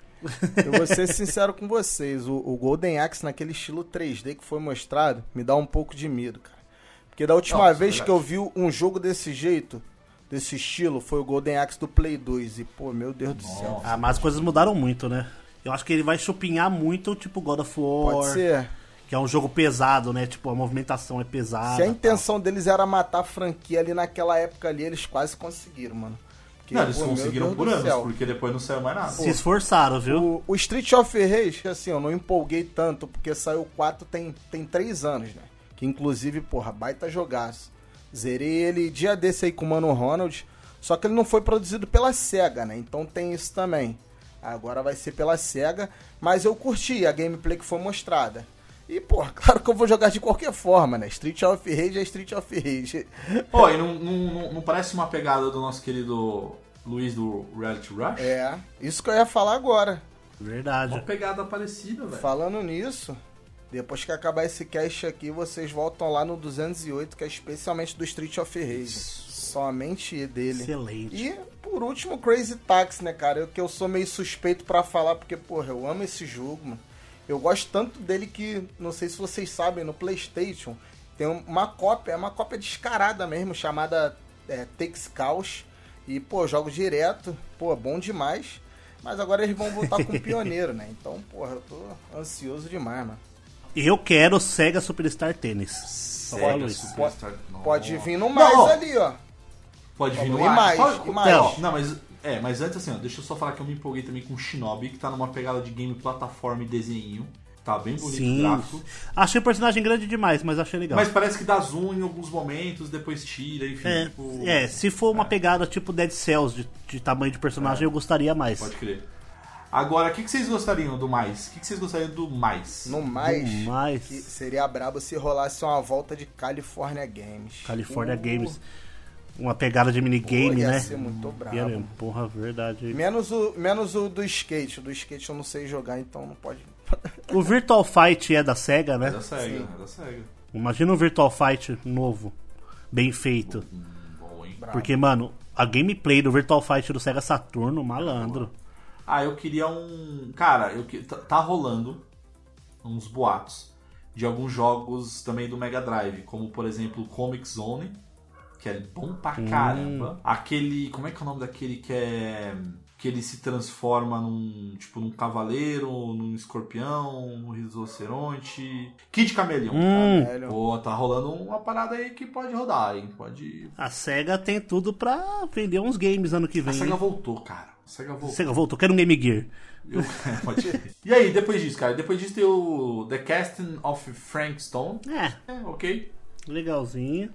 [SPEAKER 5] Eu vou ser sincero com vocês, o, o Golden Axe naquele estilo três D que foi mostrado, me dá um pouco de medo, cara. Porque da última
[SPEAKER 3] Não, isso é
[SPEAKER 5] vez que eu
[SPEAKER 3] verdade.
[SPEAKER 5] vi um jogo desse jeito, desse estilo, foi o Golden Axe do Play dois. E, pô, meu Deus do céu.
[SPEAKER 4] Ah, mas as coisas mudaram muito, né? Eu acho que ele vai chupinhar muito, tipo God of War.
[SPEAKER 5] Pode ser.
[SPEAKER 4] Que é um jogo pesado, né? Tipo, a movimentação é pesada.
[SPEAKER 5] Se a
[SPEAKER 4] tal.
[SPEAKER 5] intenção deles era matar a franquia ali naquela época ali, eles quase conseguiram, mano. Porque,
[SPEAKER 3] Não, eles
[SPEAKER 5] pô, meu
[SPEAKER 3] conseguiram
[SPEAKER 5] Deus
[SPEAKER 3] por
[SPEAKER 5] do
[SPEAKER 3] anos,
[SPEAKER 5] céu.
[SPEAKER 3] porque depois não saiu mais nada.
[SPEAKER 4] Se esforçaram, viu?
[SPEAKER 5] O, o Street of Rage, assim, eu não empolguei tanto, porque saiu o quatro tem, tem três anos, né? Que inclusive, porra, baita jogaço. Zerei ele dia desse aí com o Mano Ronald, só que ele não foi produzido pela SEGA, né? Então tem isso também. Agora vai ser pela SEGA, mas eu curti a gameplay que foi mostrada. E, porra, claro que eu vou jogar de qualquer forma, né? Street of Rage é Street of Rage.
[SPEAKER 3] Pô, e não, não, não, não parece uma pegada do nosso querido Luiz do Reality Rush?
[SPEAKER 5] É, isso que eu ia falar agora.
[SPEAKER 3] Uma
[SPEAKER 4] Verdade.
[SPEAKER 3] pegada parecida, velho.
[SPEAKER 5] Falando nisso, Depois que acabar esse cast aqui, vocês voltam lá no duzentos e oito, que é especialmente do Street of Rage. Somente dele.
[SPEAKER 4] Excelente.
[SPEAKER 5] E, por último, Crazy Taxi, né, cara? Eu, que eu sou meio suspeito pra falar, porque, porra, eu amo esse jogo, mano. Eu gosto tanto dele que, não sei se vocês sabem, no PlayStation tem uma cópia, é uma cópia descarada mesmo, chamada é, Takes Chaos. E, pô, jogo direto, pô, bom demais. Mas agora eles vão voltar com o Pioneiro, né? Então, porra, eu tô ansioso demais, mano.
[SPEAKER 4] Eu quero Sega Superstar Tênis.
[SPEAKER 3] Sega Superstar.
[SPEAKER 5] Pode vir no mais
[SPEAKER 3] Não.
[SPEAKER 5] ali, ó.
[SPEAKER 3] Pode vir
[SPEAKER 5] E
[SPEAKER 3] no
[SPEAKER 5] mais,
[SPEAKER 3] Pode-
[SPEAKER 5] e mais.
[SPEAKER 3] Não, não, mas é, mas antes assim, ó, deixa eu só falar que eu me empolguei também com Shinobi, que tá numa pegada de game, plataforma e desenho. Tá bem bonito o
[SPEAKER 4] Sim.
[SPEAKER 3] gráfico.
[SPEAKER 4] Achei o personagem grande demais, mas achei legal.
[SPEAKER 3] Mas parece que dá zoom em alguns momentos, depois tira, enfim.
[SPEAKER 4] É,
[SPEAKER 3] tipo,
[SPEAKER 4] é, se for uma pegada tipo Dead Cells de, de tamanho de personagem,
[SPEAKER 3] É.
[SPEAKER 4] eu gostaria mais.
[SPEAKER 3] Pode crer. Agora, o que, que vocês gostariam do mais? O que, que vocês gostariam do mais?
[SPEAKER 5] No mais,
[SPEAKER 4] Do mais.
[SPEAKER 5] que seria brabo se rolasse uma volta de California Games.
[SPEAKER 4] California
[SPEAKER 5] Uh,
[SPEAKER 4] Games. Uma pegada de minigame,
[SPEAKER 5] pô, ia
[SPEAKER 4] né?
[SPEAKER 5] ser muito brabo.
[SPEAKER 4] Ia mesmo, porra, verdade.
[SPEAKER 5] Menos o, menos o do skate. O do skate eu não sei jogar, então não pode.
[SPEAKER 4] O Virtual Fight é da SEGA,
[SPEAKER 3] É
[SPEAKER 4] né?
[SPEAKER 3] da SEGA,
[SPEAKER 5] Sim.
[SPEAKER 3] é da SEGA.
[SPEAKER 4] Imagina um Virtual Fight novo, bem feito.
[SPEAKER 3] Hum, bom, hein?
[SPEAKER 5] Brabo.
[SPEAKER 4] Porque, mano, a gameplay do Virtual Fight do Sega Saturno, malandro.
[SPEAKER 3] Ah, eu queria um... Cara, eu que... tá, tá rolando uns boatos de alguns jogos também do Mega Drive, como, por exemplo, Comic Zone, que é bom pra caramba. Aquele... Como é que é o nome daquele que é... Que ele se transforma num... Tipo, num cavaleiro, num escorpião, num rinoceronte... Kid Cameleon.
[SPEAKER 4] Hum,
[SPEAKER 5] Velho.
[SPEAKER 3] Pô, tá rolando uma parada aí que pode rodar, hein? Pode...
[SPEAKER 4] a SEGA tem tudo pra vender uns games ano que
[SPEAKER 3] A
[SPEAKER 4] vem.
[SPEAKER 3] SEGA
[SPEAKER 4] hein?
[SPEAKER 3] voltou, cara. A SEGA voltou.
[SPEAKER 4] SEGA voltou, quero um Game Gear.
[SPEAKER 3] Eu... Pode ir. E aí, depois disso, cara? Depois disso tem o The Casting of Frank Stone.
[SPEAKER 4] É,
[SPEAKER 3] É, ok.
[SPEAKER 4] legalzinho.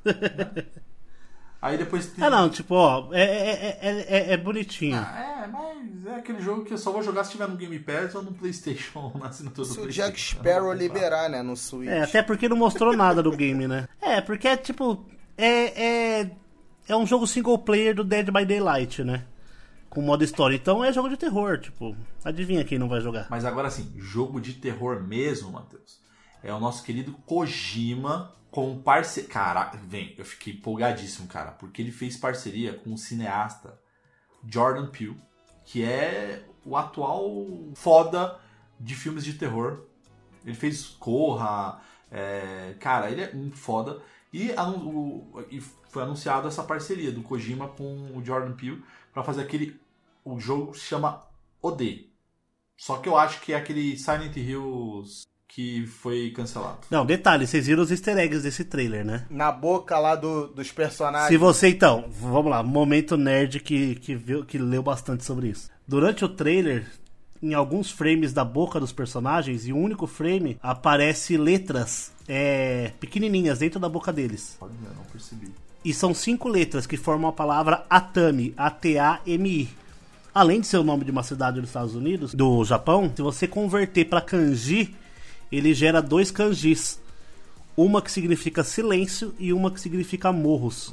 [SPEAKER 3] Aí depois tem...
[SPEAKER 4] Ah, não, tipo, ó, é, é, é, é, é bonitinho.
[SPEAKER 3] Ah, é, mas é aquele jogo que eu só vou jogar se tiver no Game Pass ou no PlayStation, na assinatura do
[SPEAKER 5] Se o
[SPEAKER 3] PlayStation.
[SPEAKER 5] Jack Sparrow liberar, né, no Switch.
[SPEAKER 4] É, até porque não mostrou nada do game, né? É, porque é tipo. É, é, é um jogo single player do Dead by Daylight, né? Com modo história. Então é jogo de terror, tipo. Adivinha quem não vai jogar?
[SPEAKER 3] Mas agora sim, jogo de terror mesmo, Matheus. É o nosso querido Kojima com parceria... Caraca, vem, eu fiquei empolgadíssimo, cara. Porque ele fez parceria com o cineasta Jordan Peele, que é o atual foda de filmes de terror. Ele fez Corra, é, cara, ele é muito foda. E, anu- o- e foi anunciado essa parceria do Kojima com o Jordan Peele pra fazer aquele... O jogo se chama O D. Só que eu acho que é aquele Silent Hills que foi cancelado.
[SPEAKER 4] Não, detalhe, vocês viram os easter eggs desse trailer, né?
[SPEAKER 5] Na boca lá do, dos personagens.
[SPEAKER 4] Se você então, vamos lá, momento nerd que, que, viu, que leu bastante sobre isso. Durante o trailer, em alguns frames da boca dos personagens, e o único frame, aparece letras é, pequenininhas dentro da boca deles.
[SPEAKER 3] Olha, não percebi.
[SPEAKER 4] E são cinco letras que formam a palavra Atami, A T A M I. Além de ser o nome de uma cidade dos Estados Unidos, do Japão, se você converter para kanji, ele gera dois kanjis. Uma que significa silêncio e uma que significa morros.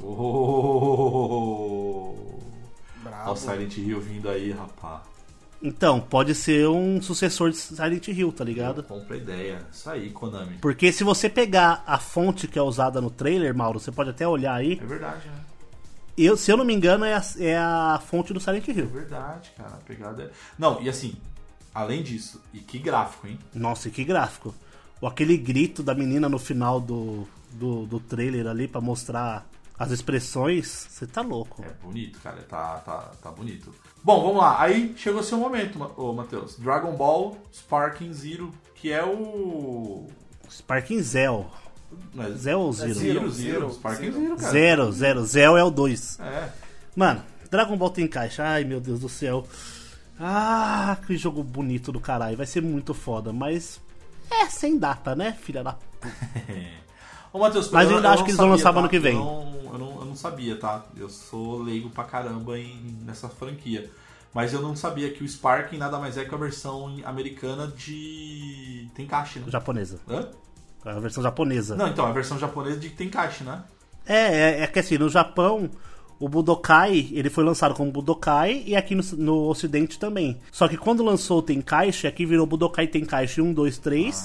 [SPEAKER 3] Oh!
[SPEAKER 5] Brabo.
[SPEAKER 3] Olha o Silent Hill vindo aí, rapaz.
[SPEAKER 4] Então, pode ser um sucessor de Silent Hill, tá ligado?
[SPEAKER 3] Compra a ideia. Isso aí, Konami.
[SPEAKER 4] Porque se você pegar a fonte que é usada no trailer, Mauro, você pode até olhar aí.
[SPEAKER 3] É verdade, né?
[SPEAKER 4] Eu, se eu não me engano, é a, é a fonte do Silent
[SPEAKER 3] É
[SPEAKER 4] Hill.
[SPEAKER 3] verdade, cara. A pegada é... Não, e assim, além disso, e que gráfico, hein?
[SPEAKER 4] Nossa, e que gráfico. Ou aquele grito da menina no final do, do, do trailer ali pra mostrar as expressões, você tá louco.
[SPEAKER 3] É bonito, cara. Tá, tá, tá bonito. Bom, vamos lá. Aí chegou o seu momento, Ma- ô, Matheus. Dragon Ball Sparking Zero, que é o...
[SPEAKER 4] Sparking Zell.
[SPEAKER 3] Não é-
[SPEAKER 4] Zell ou Zero?
[SPEAKER 3] Zero,
[SPEAKER 5] Zero,
[SPEAKER 3] Zero.
[SPEAKER 5] Zero,
[SPEAKER 3] Sparking
[SPEAKER 5] Zero.
[SPEAKER 3] Zero, cara.
[SPEAKER 4] Zero, Zero. Zell é o dois.
[SPEAKER 3] É.
[SPEAKER 4] Mano, Dragon Ball tem caixa. Ai, meu Deus do céu. Ah, que jogo bonito do caralho. Vai ser muito foda, mas... É, sem data, né, filha da...
[SPEAKER 3] Ô, Matheus,
[SPEAKER 4] Mas eu ainda acho
[SPEAKER 3] não
[SPEAKER 4] que eles vão
[SPEAKER 3] sabia,
[SPEAKER 4] lançar
[SPEAKER 3] tá?
[SPEAKER 4] ano que vem.
[SPEAKER 3] Eu não, eu, não, eu não sabia, tá? Eu sou leigo pra caramba em, nessa franquia. Mas eu não sabia que o Sparking nada mais é que a versão em- americana de Tenkaichi, né?
[SPEAKER 4] Japonesa.
[SPEAKER 3] Hã?
[SPEAKER 4] A versão japonesa.
[SPEAKER 3] Não, então, a versão japonesa de Tenkaichi, né?
[SPEAKER 4] É, é, é que assim, no Japão, o Budokai, ele foi lançado como Budokai e aqui no, no Ocidente também. Só que quando lançou o Tenkaichi, aqui virou Budokai Tenkaichi um, dois, três
[SPEAKER 3] Ah.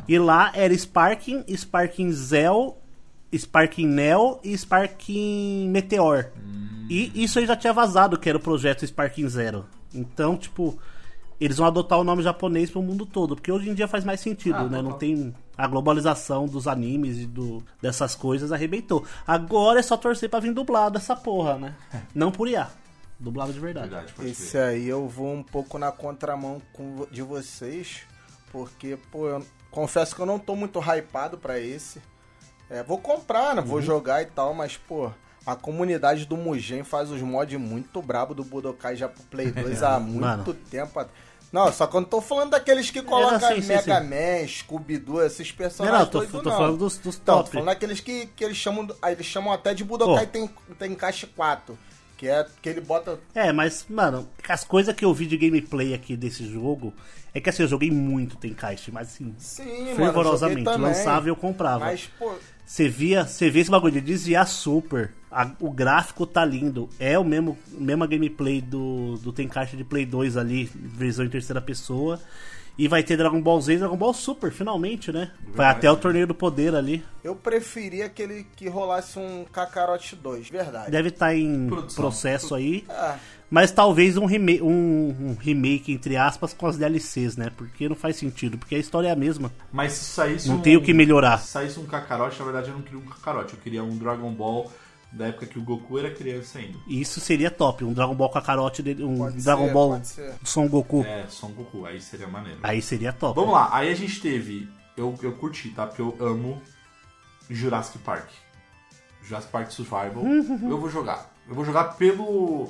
[SPEAKER 4] E lá era Sparking, Sparking Zell, Sparking Neo e Sparking Meteor. Hum. E isso aí já tinha vazado, que era o projeto Sparking Zero. Então, tipo, eles vão adotar o nome japonês pro mundo todo, porque hoje em dia faz mais sentido, ah, né? Não tem a globalização dos animes e do, dessas coisas, arrebentou. Agora é só torcer pra vir dublado essa porra, né? Não por I A. Dublado de verdade. verdade
[SPEAKER 5] Esse aí eu vou um pouco na contramão com, de vocês, porque, pô, eu confesso que eu não tô muito hypado pra esse. É, vou comprar, né? Vou uhum. jogar e tal, mas, pô, a comunidade do Mugen faz os mods muito brabo do Budokai já pro Play dois há muito Mano. tempo. Não, só que eu não tô falando daqueles que colocam assim, Mega sim, Man, Scooby-Doo, esses personagens.
[SPEAKER 4] Não, não, tô,
[SPEAKER 5] doido,
[SPEAKER 4] tô
[SPEAKER 5] não.
[SPEAKER 4] falando dos, dos
[SPEAKER 5] então,
[SPEAKER 4] top.
[SPEAKER 5] Tô falando daqueles que, que eles chamam, aí eles chamam até de Budokai
[SPEAKER 4] oh.
[SPEAKER 5] tem, tem Caixa quatro. Que é que ele bota...
[SPEAKER 4] É, mas, mano, as coisas que eu vi de gameplay aqui desse jogo... É que assim, eu joguei muito Tenkaichi, mas assim...
[SPEAKER 5] Sim,
[SPEAKER 4] fervorosamente,
[SPEAKER 5] mano,
[SPEAKER 4] lançava e eu comprava.
[SPEAKER 5] Mas, pô...
[SPEAKER 4] Você via, você via esse bagulho de desviar super. A, o gráfico tá lindo. É o mesmo mesma gameplay do, do Tenkaichi de Play dois ali, versão em terceira pessoa. E vai ter Dragon Ball Z e Dragon Ball Super, finalmente, né? Verdade, vai até o Torneio do Poder ali.
[SPEAKER 5] Eu preferia que, ele, que rolasse um Kakarot dois, verdade.
[SPEAKER 4] Deve estar tá em Produção. processo aí.
[SPEAKER 5] É.
[SPEAKER 4] Mas talvez um, rema- um, um remake, entre aspas, com as D L Cs, né? Porque não faz sentido, porque a história é a mesma.
[SPEAKER 3] Mas se saísse
[SPEAKER 4] Não
[SPEAKER 3] um,
[SPEAKER 4] tem o que melhorar.
[SPEAKER 3] Se saísse um Kakarot, na verdade eu não queria um Kakarot. Eu queria um Dragon Ball da época que o Goku era criança ainda.
[SPEAKER 4] Isso seria top, um Dragon Ball Kakarot, um
[SPEAKER 5] pode
[SPEAKER 4] Dragon
[SPEAKER 5] ser,
[SPEAKER 4] Ball Son Goku.
[SPEAKER 3] É, Son Goku, aí seria maneiro.
[SPEAKER 4] Aí seria top.
[SPEAKER 3] Vamos lá, aí a gente teve, eu, eu curti, tá? Porque eu amo Jurassic Park. Jurassic Park Survival, eu vou jogar. Eu vou jogar pelo...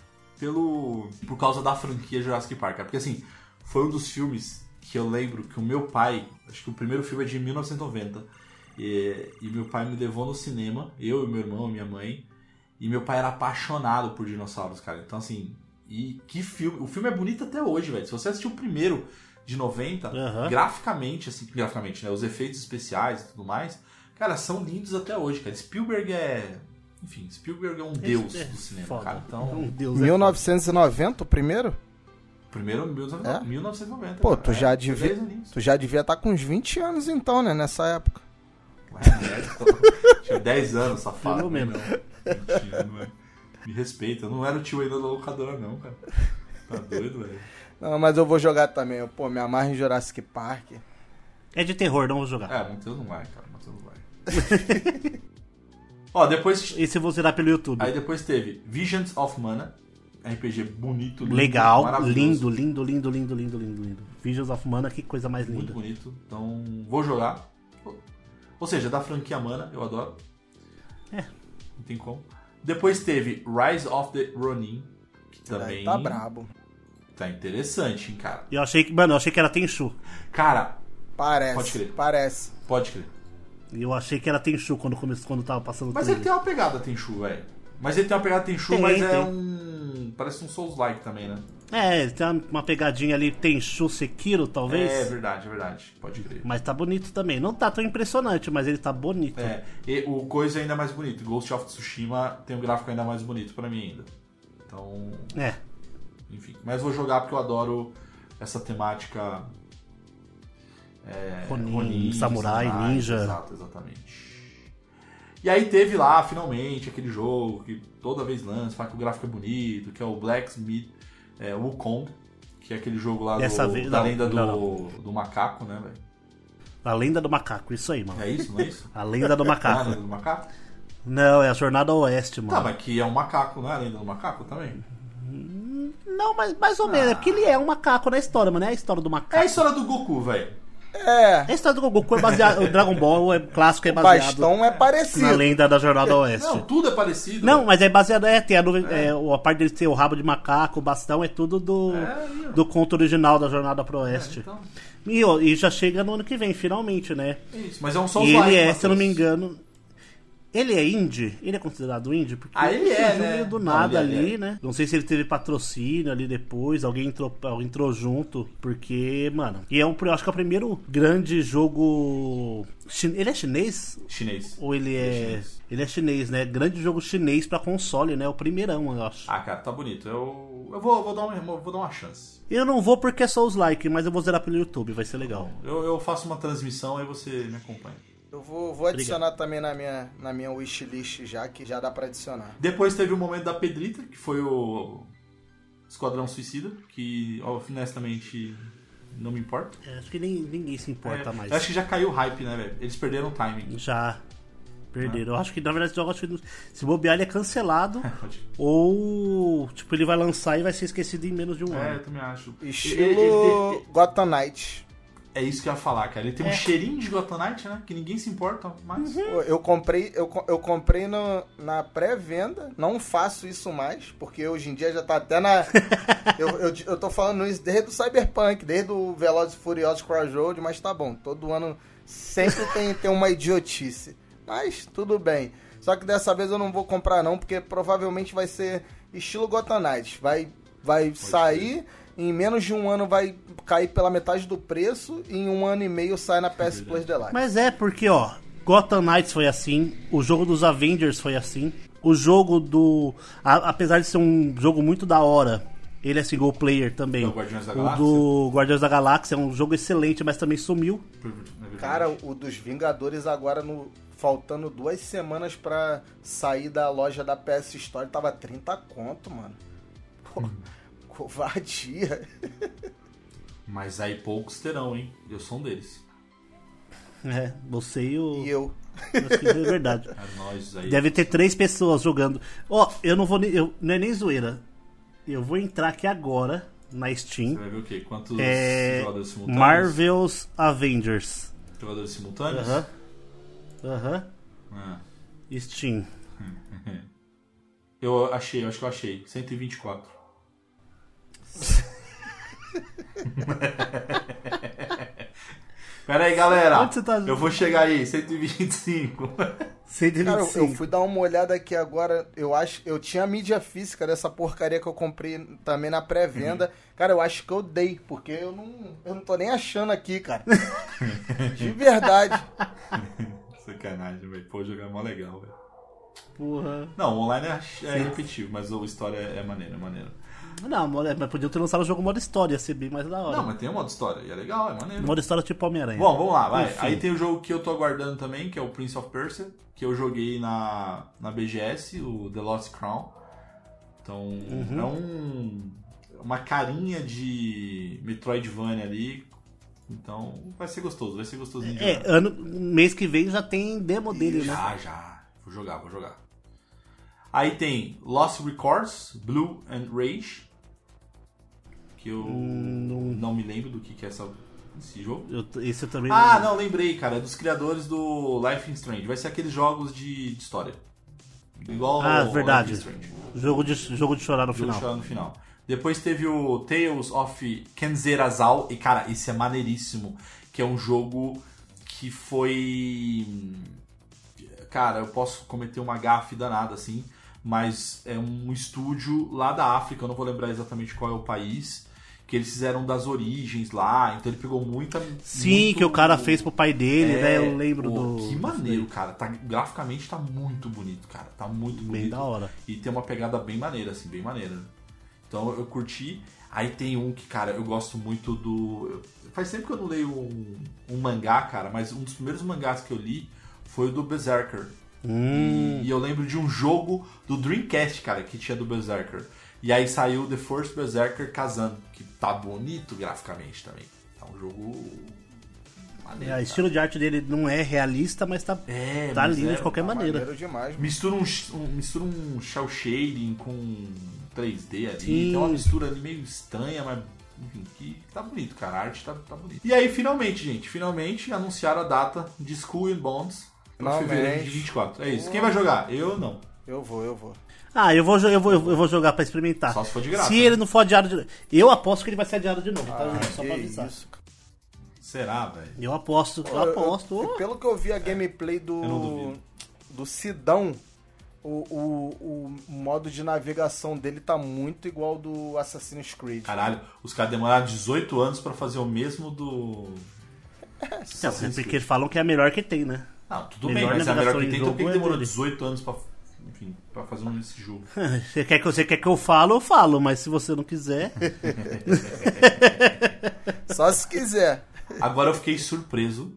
[SPEAKER 3] pelo por causa da franquia Jurassic Park. Porque assim, foi um dos filmes que eu lembro que o meu pai, acho que o primeiro filme é de mil novecentos e noventa, e, e meu pai me levou no cinema, eu e meu irmão, minha mãe, e meu pai era apaixonado por dinossauros, cara. Então assim, e que filme, o filme é bonito até hoje, velho. Se você assistiu o primeiro de noventa, uhum. graficamente, assim, graficamente, né, os efeitos especiais e tudo mais, cara, são lindos até hoje, cara. Spielberg é... Enfim, Spielberg é um deus é do cinema, foda. Cara. Então,
[SPEAKER 4] um deus
[SPEAKER 5] mil novecentos e noventa, o primeiro?
[SPEAKER 3] Primeiro, mil novecentos e noventa.
[SPEAKER 5] Pô, tu, é, já devia, tu já devia estar com uns vinte anos então, né, nessa época.
[SPEAKER 3] Ué, tinha dez anos, safado.
[SPEAKER 4] Pelo menos.
[SPEAKER 3] Não, me respeita, eu não era o tio ainda da locadora não, cara. Tá doido, velho.
[SPEAKER 5] Não, mas eu vou jogar também. Pô, me amarro em Jurassic Park.
[SPEAKER 4] É de terror, não vou jogar.
[SPEAKER 3] É, Matheus não vai, cara. Matheus não vai. Ó, depois...
[SPEAKER 4] Esse eu vou zerar pelo YouTube.
[SPEAKER 3] Aí depois teve Visions of Mana. R P G bonito, lindo,
[SPEAKER 4] legal, lindo, lindo, lindo, lindo, lindo, lindo, lindo. Visions of Mana, que coisa mais linda.
[SPEAKER 3] Muito bonito. Então, vou jogar. Ou seja, da franquia Mana, eu adoro.
[SPEAKER 4] É.
[SPEAKER 3] Não tem como. Depois teve Rise of the Ronin, que também...
[SPEAKER 5] Tá brabo.
[SPEAKER 3] Tá interessante, hein, cara.
[SPEAKER 4] Eu achei que, mano, eu achei que era Tenchu.
[SPEAKER 3] Cara...
[SPEAKER 5] Parece,
[SPEAKER 3] pode crer.
[SPEAKER 5] Parece.
[SPEAKER 3] Pode crer.
[SPEAKER 4] Eu achei que era Tenchu quando, começou, quando tava passando o
[SPEAKER 3] Mas
[SPEAKER 4] trailer.
[SPEAKER 3] ele tem uma pegada Tenchu, velho. Mas ele tem uma pegada Tenchu, tem, mas tem. é um... Parece um Souls-like também, né?
[SPEAKER 4] É, tem uma pegadinha ali, Tenchu Sekiro, talvez.
[SPEAKER 3] É verdade, é verdade. Pode crer.
[SPEAKER 4] Mas tá bonito também. Não tá tão impressionante, mas ele tá bonito.
[SPEAKER 3] É, e o coisa é ainda mais bonito. Ghost of Tsushima tem um gráfico ainda mais bonito pra mim ainda. Então...
[SPEAKER 4] É.
[SPEAKER 3] Enfim, mas vou jogar porque eu adoro essa temática... É,
[SPEAKER 4] Ronin,
[SPEAKER 3] Ronin,
[SPEAKER 4] samurai,
[SPEAKER 3] samurai,
[SPEAKER 4] ninja.
[SPEAKER 3] Exato, exatamente. E aí teve lá, finalmente, aquele jogo que toda vez lança, fala que o gráfico é bonito, que é o Blacksmith é, Wukong, que é aquele jogo lá do,
[SPEAKER 4] vez,
[SPEAKER 3] da
[SPEAKER 4] não,
[SPEAKER 3] lenda do,
[SPEAKER 4] não.
[SPEAKER 3] do macaco, né, velho?
[SPEAKER 4] A lenda do macaco, isso aí, mano.
[SPEAKER 3] É isso, não é isso?
[SPEAKER 4] A lenda do macaco.
[SPEAKER 3] Não é a lenda do macaco?
[SPEAKER 4] Não, é a Jornada ao Oeste, mano.
[SPEAKER 3] Tá, mas que é um macaco, não é a lenda do macaco também?
[SPEAKER 4] Não, mas mais ou menos, ah. é porque ele é um macaco na história, mano, não é a história do macaco.
[SPEAKER 3] É a história do Goku, velho.
[SPEAKER 5] É.
[SPEAKER 4] A história do Goku é baseada. O Dragon Ball é clássico, é
[SPEAKER 5] o
[SPEAKER 4] baseado.
[SPEAKER 5] O bastão é parecido.
[SPEAKER 4] Na lenda da Jornada ao Oeste.
[SPEAKER 3] Não, tudo é parecido.
[SPEAKER 4] Não, véio. Mas é baseado. É, tem a, é. É, a parte dele ter o rabo de macaco, o bastão, é tudo do, é, do conto original da Jornada pro Oeste. É, então... e, ó, e já chega no ano que vem, finalmente, né?
[SPEAKER 3] Isso, mas é um só
[SPEAKER 4] E ele é, se eu não me engano. Ele é indie? Ele é considerado indie? Porque
[SPEAKER 3] ah, ele é, né?
[SPEAKER 4] meio do nada
[SPEAKER 3] não,
[SPEAKER 4] ali,
[SPEAKER 3] é.
[SPEAKER 4] né? Não sei se ele teve patrocínio ali depois, alguém entrou, alguém entrou junto, porque, mano... E é um, eu acho que é o primeiro grande jogo... Ele é chinês?
[SPEAKER 3] Chinês.
[SPEAKER 4] Ou ele é...
[SPEAKER 3] Ele é chinês,
[SPEAKER 4] ele é chinês, né? Grande jogo chinês pra console, né? O primeirão, eu acho.
[SPEAKER 3] Ah, cara, tá bonito. Eu... eu, eu vou, vou, dar uma, vou dar uma chance.
[SPEAKER 4] Eu não vou porque é só os likes, mas eu vou zerar pelo YouTube, vai ser legal.
[SPEAKER 3] Eu, eu faço uma transmissão, aí você me acompanha.
[SPEAKER 5] Eu vou, vou adicionar também na minha, na minha wishlist já, que já dá pra adicionar.
[SPEAKER 3] Depois teve o momento da Pedrita, que foi o Esquadrão Suicida, que honestamente não me importa.
[SPEAKER 4] É, acho que nem, ninguém se importa
[SPEAKER 3] É,
[SPEAKER 4] mais.
[SPEAKER 3] eu acho que já caiu o hype, né, velho? Eles perderam o timing.
[SPEAKER 4] Já perderam. Eu acho que, na verdade, eu acho que se bobear ele é cancelado
[SPEAKER 3] Pode-
[SPEAKER 4] ou, tipo, ele vai lançar e vai ser esquecido em menos de um
[SPEAKER 3] É, eu
[SPEAKER 4] ano.
[SPEAKER 3] também acho.
[SPEAKER 5] Estilo
[SPEAKER 3] Ele- ele- ele-
[SPEAKER 5] Gotham Knights.
[SPEAKER 3] É isso que eu ia falar, cara. Ele tem um cheirinho de Gotham Knight, né? Que ninguém se importa mais.
[SPEAKER 5] Pô, Eu comprei, eu, co- eu comprei no, na pré-venda, não faço isso mais, porque hoje em dia já tá até na... eu, eu, eu tô falando isso desde o Cyberpunk, desde o Velozes e Furiosos Crossroad, mas tá bom, todo ano sempre tem, tem uma idiotice. Mas tudo bem. Só que dessa vez eu não vou comprar não, porque provavelmente vai ser estilo Gotham Knights. Vai, vai sair, em menos de um ano vai cair pela metade do preço, e em um ano e meio sai na P S Plus Deluxe.
[SPEAKER 4] Mas é porque, ó, Gotham Knights foi assim, o jogo dos Avengers foi assim, o jogo do... a- apesar de ser um jogo muito da hora, ele é single player também.
[SPEAKER 3] É o Guardiões da
[SPEAKER 4] o
[SPEAKER 3] Galáxia?
[SPEAKER 4] do Guardiões da Galáxia é um jogo excelente, mas também sumiu.
[SPEAKER 5] Cara, o dos Vingadores agora, no, faltando duas semanas pra sair da loja da P S Store, tava trinta conto, mano. Pô, covardia.
[SPEAKER 3] Mas aí poucos terão, hein? Eu sou um deles.
[SPEAKER 4] É, você e o...
[SPEAKER 5] E eu.
[SPEAKER 4] Acho que é verdade.
[SPEAKER 3] É nóis aí.
[SPEAKER 4] Deve ter três pessoas jogando. Ó, eu não vou... nem- Eu, não é nem zoeira. Eu vou entrar aqui agora na Steam.
[SPEAKER 3] Você vai ver o quê? Quantos
[SPEAKER 4] É...
[SPEAKER 3] jogadores simultâneos?
[SPEAKER 4] Marvel's Avengers.
[SPEAKER 3] Jogadores simultâneos?
[SPEAKER 4] Aham. Aham.
[SPEAKER 3] Ah.
[SPEAKER 4] Steam.
[SPEAKER 3] Eu achei, eu acho que eu achei. cento e vinte e quatro. Pera aí, galera.
[SPEAKER 4] Onde você tá?
[SPEAKER 3] Eu vou chegar aí, cento e vinte e cinco.
[SPEAKER 4] cento e vinte
[SPEAKER 5] Cara,
[SPEAKER 4] e
[SPEAKER 5] eu,
[SPEAKER 4] cinco.
[SPEAKER 5] eu fui dar uma olhada aqui agora. Eu acho. Eu tinha a mídia física dessa porcaria que eu comprei também na pré-venda. Cara, eu acho que eu dei, porque eu não, eu não tô nem achando aqui, cara. De verdade.
[SPEAKER 3] Sacanagem, velho. Pô, jogar é mó legal, velho.
[SPEAKER 4] Porra.
[SPEAKER 3] Não, o online é, é repetitivo, mas a história é maneira, é maneira.
[SPEAKER 4] Não, modo- mas podia ter lançado o jogo modo história, ia ser bem mais da hora.
[SPEAKER 3] Não, mas tem um modo história, e é legal, é maneiro.
[SPEAKER 4] Modo história tipo Homem-Aranha.
[SPEAKER 3] Bom, vamos lá, vai.
[SPEAKER 4] Enfim.
[SPEAKER 3] Aí tem o jogo que eu tô aguardando também, que é o Prince of Persia, que eu joguei na, na B G S, o The Lost Crown. Então,
[SPEAKER 4] Uhum.
[SPEAKER 3] é um uma carinha de Metroidvania ali. Então, vai ser gostoso, vai ser gostosinho de
[SPEAKER 4] É,
[SPEAKER 3] jogar.
[SPEAKER 4] ano, mês que vem já tem demo dele, né?
[SPEAKER 3] Já, já. Vou jogar, vou jogar. Aí tem Lost Records, Blue and Rage, que eu não me lembro do que, que é essa, esse jogo.
[SPEAKER 4] Eu, esse eu também
[SPEAKER 3] Ah, não, lembrei, cara. É dos criadores do Life is Strange. Vai ser aqueles jogos de, de história. Igual
[SPEAKER 4] Ah,
[SPEAKER 3] ao
[SPEAKER 4] verdade.
[SPEAKER 3] Life is Strange.
[SPEAKER 4] Jogo de, jogo de chorar no
[SPEAKER 3] Jogo
[SPEAKER 4] final.
[SPEAKER 3] chorar no final. Depois teve o Tales of Kenzerazal. E, cara, esse é maneiríssimo. Que é um jogo que foi... Cara, eu posso cometer uma gafe danada, assim. Mas é um estúdio lá da África. Eu não vou lembrar exatamente qual é o país. Que eles fizeram das origens lá. Então ele pegou muita...
[SPEAKER 4] Sim,
[SPEAKER 3] muito-
[SPEAKER 4] que o cara fez pro pai dele,
[SPEAKER 3] É,
[SPEAKER 4] né? Eu lembro
[SPEAKER 3] pô,
[SPEAKER 4] do.
[SPEAKER 3] Que maneiro, cara. Tá, graficamente tá muito bonito, cara. Tá muito bonito.
[SPEAKER 4] Bem da hora.
[SPEAKER 3] E tem uma pegada bem maneira, assim, bem maneira. Então eu curti. Aí tem um que, cara, eu gosto muito do... eu- Faz tempo que eu não leio um, um mangá, cara, mas um dos primeiros mangás que eu li foi o do Berserker.
[SPEAKER 4] Hum.
[SPEAKER 3] E eu lembro de um jogo do Dreamcast, cara, que tinha do Berserker. E aí saiu The First Berserker Kazan, que tá bonito graficamente também. Tá um jogo maneiro.
[SPEAKER 4] É, o
[SPEAKER 3] cara.
[SPEAKER 4] estilo de arte dele não é realista, mas tá,
[SPEAKER 3] É,
[SPEAKER 4] tá
[SPEAKER 3] mas
[SPEAKER 4] lindo
[SPEAKER 3] é,
[SPEAKER 4] de qualquer
[SPEAKER 5] Tá
[SPEAKER 4] maneira.
[SPEAKER 5] maneiro demais, mano.
[SPEAKER 3] Mistura um, um- mistura um shell shading com três D ali.
[SPEAKER 4] Sim.
[SPEAKER 3] Tem uma mistura ali meio estranha, mas enfim, que tá bonito, cara. A arte tá, tá bonita. E aí, finalmente, gente, finalmente anunciaram a data de Skull and Bones pra
[SPEAKER 5] Finalmente.
[SPEAKER 3] fevereiro de vinte e quatro. É isso. Quem vai jogar? Eu não.
[SPEAKER 5] Eu vou, eu vou.
[SPEAKER 4] Ah, eu vou, jo- eu vou, eu vou jogar pra experimentar.
[SPEAKER 3] Só se for de graça.
[SPEAKER 4] Se ele não for adiado de novo. Eu aposto que ele vai ser adiado de novo, tá,
[SPEAKER 5] Ah,
[SPEAKER 4] gente? Só
[SPEAKER 5] que
[SPEAKER 4] pra avisar.
[SPEAKER 5] isso, cara.
[SPEAKER 3] Será, velho?
[SPEAKER 4] Eu aposto, eu
[SPEAKER 5] Eu-
[SPEAKER 4] aposto.
[SPEAKER 5] eu- pelo que eu vi a gameplay
[SPEAKER 3] Eu não
[SPEAKER 5] do,
[SPEAKER 3] duvido.
[SPEAKER 5] do Sidão, o, o, o modo de navegação dele tá muito igual ao do Assassin's Creed.
[SPEAKER 3] Caralho, os caras demoraram dezoito anos pra fazer o mesmo do...
[SPEAKER 4] Não, é porque falam que é a melhor que tem, né?
[SPEAKER 3] Não, tudo
[SPEAKER 4] Melhor
[SPEAKER 3] bem, mas é a melhor
[SPEAKER 4] navegação
[SPEAKER 3] que
[SPEAKER 4] em
[SPEAKER 3] tem, então por que
[SPEAKER 4] jogo
[SPEAKER 3] que
[SPEAKER 4] é
[SPEAKER 3] demorou
[SPEAKER 4] dele.
[SPEAKER 3] dezoito anos pra enfim, pra fazer um esse jogo.
[SPEAKER 4] Você quer, que, você quer que eu falo, eu falo, mas se você não quiser...
[SPEAKER 5] Só se quiser.
[SPEAKER 3] Agora eu fiquei surpreso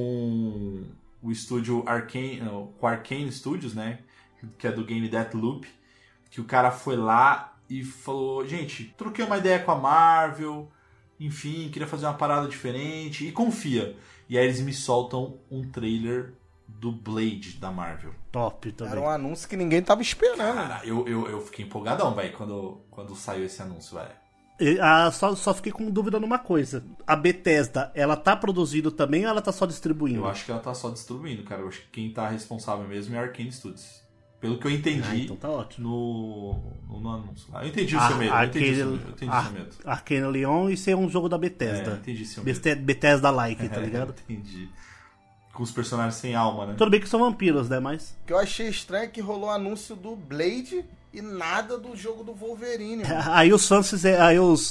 [SPEAKER 3] com o estúdio Arcane, não, com Arcane Studios, né? Que é do game Deathloop. Que o cara foi lá e falou: gente, troquei uma ideia com a Marvel, enfim, queria fazer uma parada diferente, e confia. E aí eles me soltam um trailer do Blade da Marvel.
[SPEAKER 4] Top também.
[SPEAKER 5] Era um anúncio que ninguém tava esperando.
[SPEAKER 3] Cara, eu, eu, eu fiquei empolgadão, velho, quando, quando saiu esse anúncio, velho.
[SPEAKER 4] E, ah, só, só fiquei com dúvida numa coisa. A Bethesda, ela tá produzindo também ou ela tá só distribuindo?
[SPEAKER 3] Eu acho que ela tá só distribuindo, cara. Eu acho que quem tá responsável mesmo é a Arcane Studios. Pelo que eu entendi
[SPEAKER 4] Ah, então tá ótimo.
[SPEAKER 3] no, no, no anúncio lá. Eu entendi o
[SPEAKER 4] Ah,
[SPEAKER 3] seu medo. Eu entendi o
[SPEAKER 4] Arcane,
[SPEAKER 3] seu medo. Eu entendi o seu medo.
[SPEAKER 4] Ar- Arcane Leon e ser um jogo da Bethesda.
[SPEAKER 3] É, entendi seu medo.
[SPEAKER 4] Beste- Bethesda-like, tá ligado?
[SPEAKER 3] É, entendi. Com os personagens sem alma, né?
[SPEAKER 4] Tudo bem que são vampiros, né? Mas.
[SPEAKER 5] O que eu achei estranho é que rolou anúncio do Blade e nada do jogo do Wolverine. mano.
[SPEAKER 4] Aí os fãs fizeram. Aí os,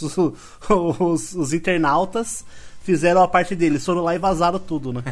[SPEAKER 4] os, os internautas fizeram a parte deles, foram lá e vazaram tudo, né?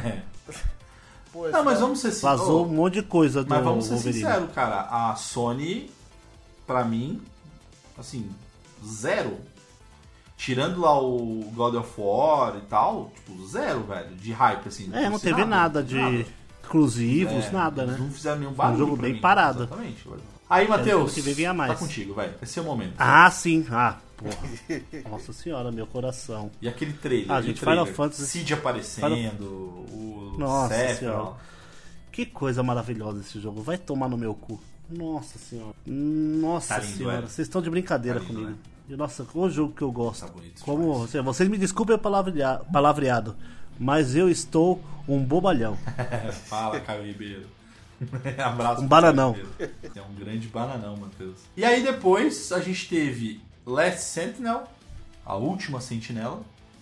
[SPEAKER 5] Pô,
[SPEAKER 3] Não, mas
[SPEAKER 5] esse-
[SPEAKER 3] vamos ser
[SPEAKER 4] Vazou
[SPEAKER 3] sinceros.
[SPEAKER 4] um monte de coisa do
[SPEAKER 3] Mas vamos ser
[SPEAKER 4] Wolverine.
[SPEAKER 3] sinceros, cara. A Sony, pra mim, assim, zero. Tirando lá o God of War e tal, tipo, zero, velho, de hype, assim.
[SPEAKER 4] É, não
[SPEAKER 3] trouxe
[SPEAKER 4] teve nada de
[SPEAKER 3] nada.
[SPEAKER 4] exclusivos,
[SPEAKER 3] É,
[SPEAKER 4] nada, né?
[SPEAKER 3] Não fizeram nenhum barulho.
[SPEAKER 4] jogo
[SPEAKER 3] pra
[SPEAKER 4] bem
[SPEAKER 3] mim.
[SPEAKER 4] parado.
[SPEAKER 3] Exatamente. Aí, Matheus,
[SPEAKER 4] que vem vinha mais.
[SPEAKER 3] tá contigo, vai. Esse é o momento.
[SPEAKER 4] Ah, sim. Ah, porra. Nossa senhora, meu coração.
[SPEAKER 3] E aquele trailer.
[SPEAKER 4] Ah,
[SPEAKER 3] aquele
[SPEAKER 4] gente, Final
[SPEAKER 3] trailer.
[SPEAKER 4] Fantasy-
[SPEAKER 3] Cid aparecendo, o
[SPEAKER 4] Nossa
[SPEAKER 3] Sephiroth.
[SPEAKER 4] senhora. Que coisa maravilhosa esse jogo. Vai tomar no meu cu. Nossa senhora. Nossa
[SPEAKER 3] Tá lindo,
[SPEAKER 4] senhora.
[SPEAKER 3] é.
[SPEAKER 4] Vocês estão de brincadeira
[SPEAKER 3] Tá lindo,
[SPEAKER 4] comigo.
[SPEAKER 3] né?
[SPEAKER 4] E, nossa, o jogo que eu gosto.
[SPEAKER 3] Tá bonito
[SPEAKER 4] Como,
[SPEAKER 3] demais.
[SPEAKER 4] assim, vocês me desculpem o palavrea- palavreado, mas eu estou um bobalhão.
[SPEAKER 3] Fala, Caio Ribeiro. Abraço.
[SPEAKER 4] Um
[SPEAKER 3] pro Caio
[SPEAKER 4] bananão.
[SPEAKER 3] Ribeiro. É um grande bananão, Matheus. E aí depois a gente teve Last Sentinel, a última sentinela.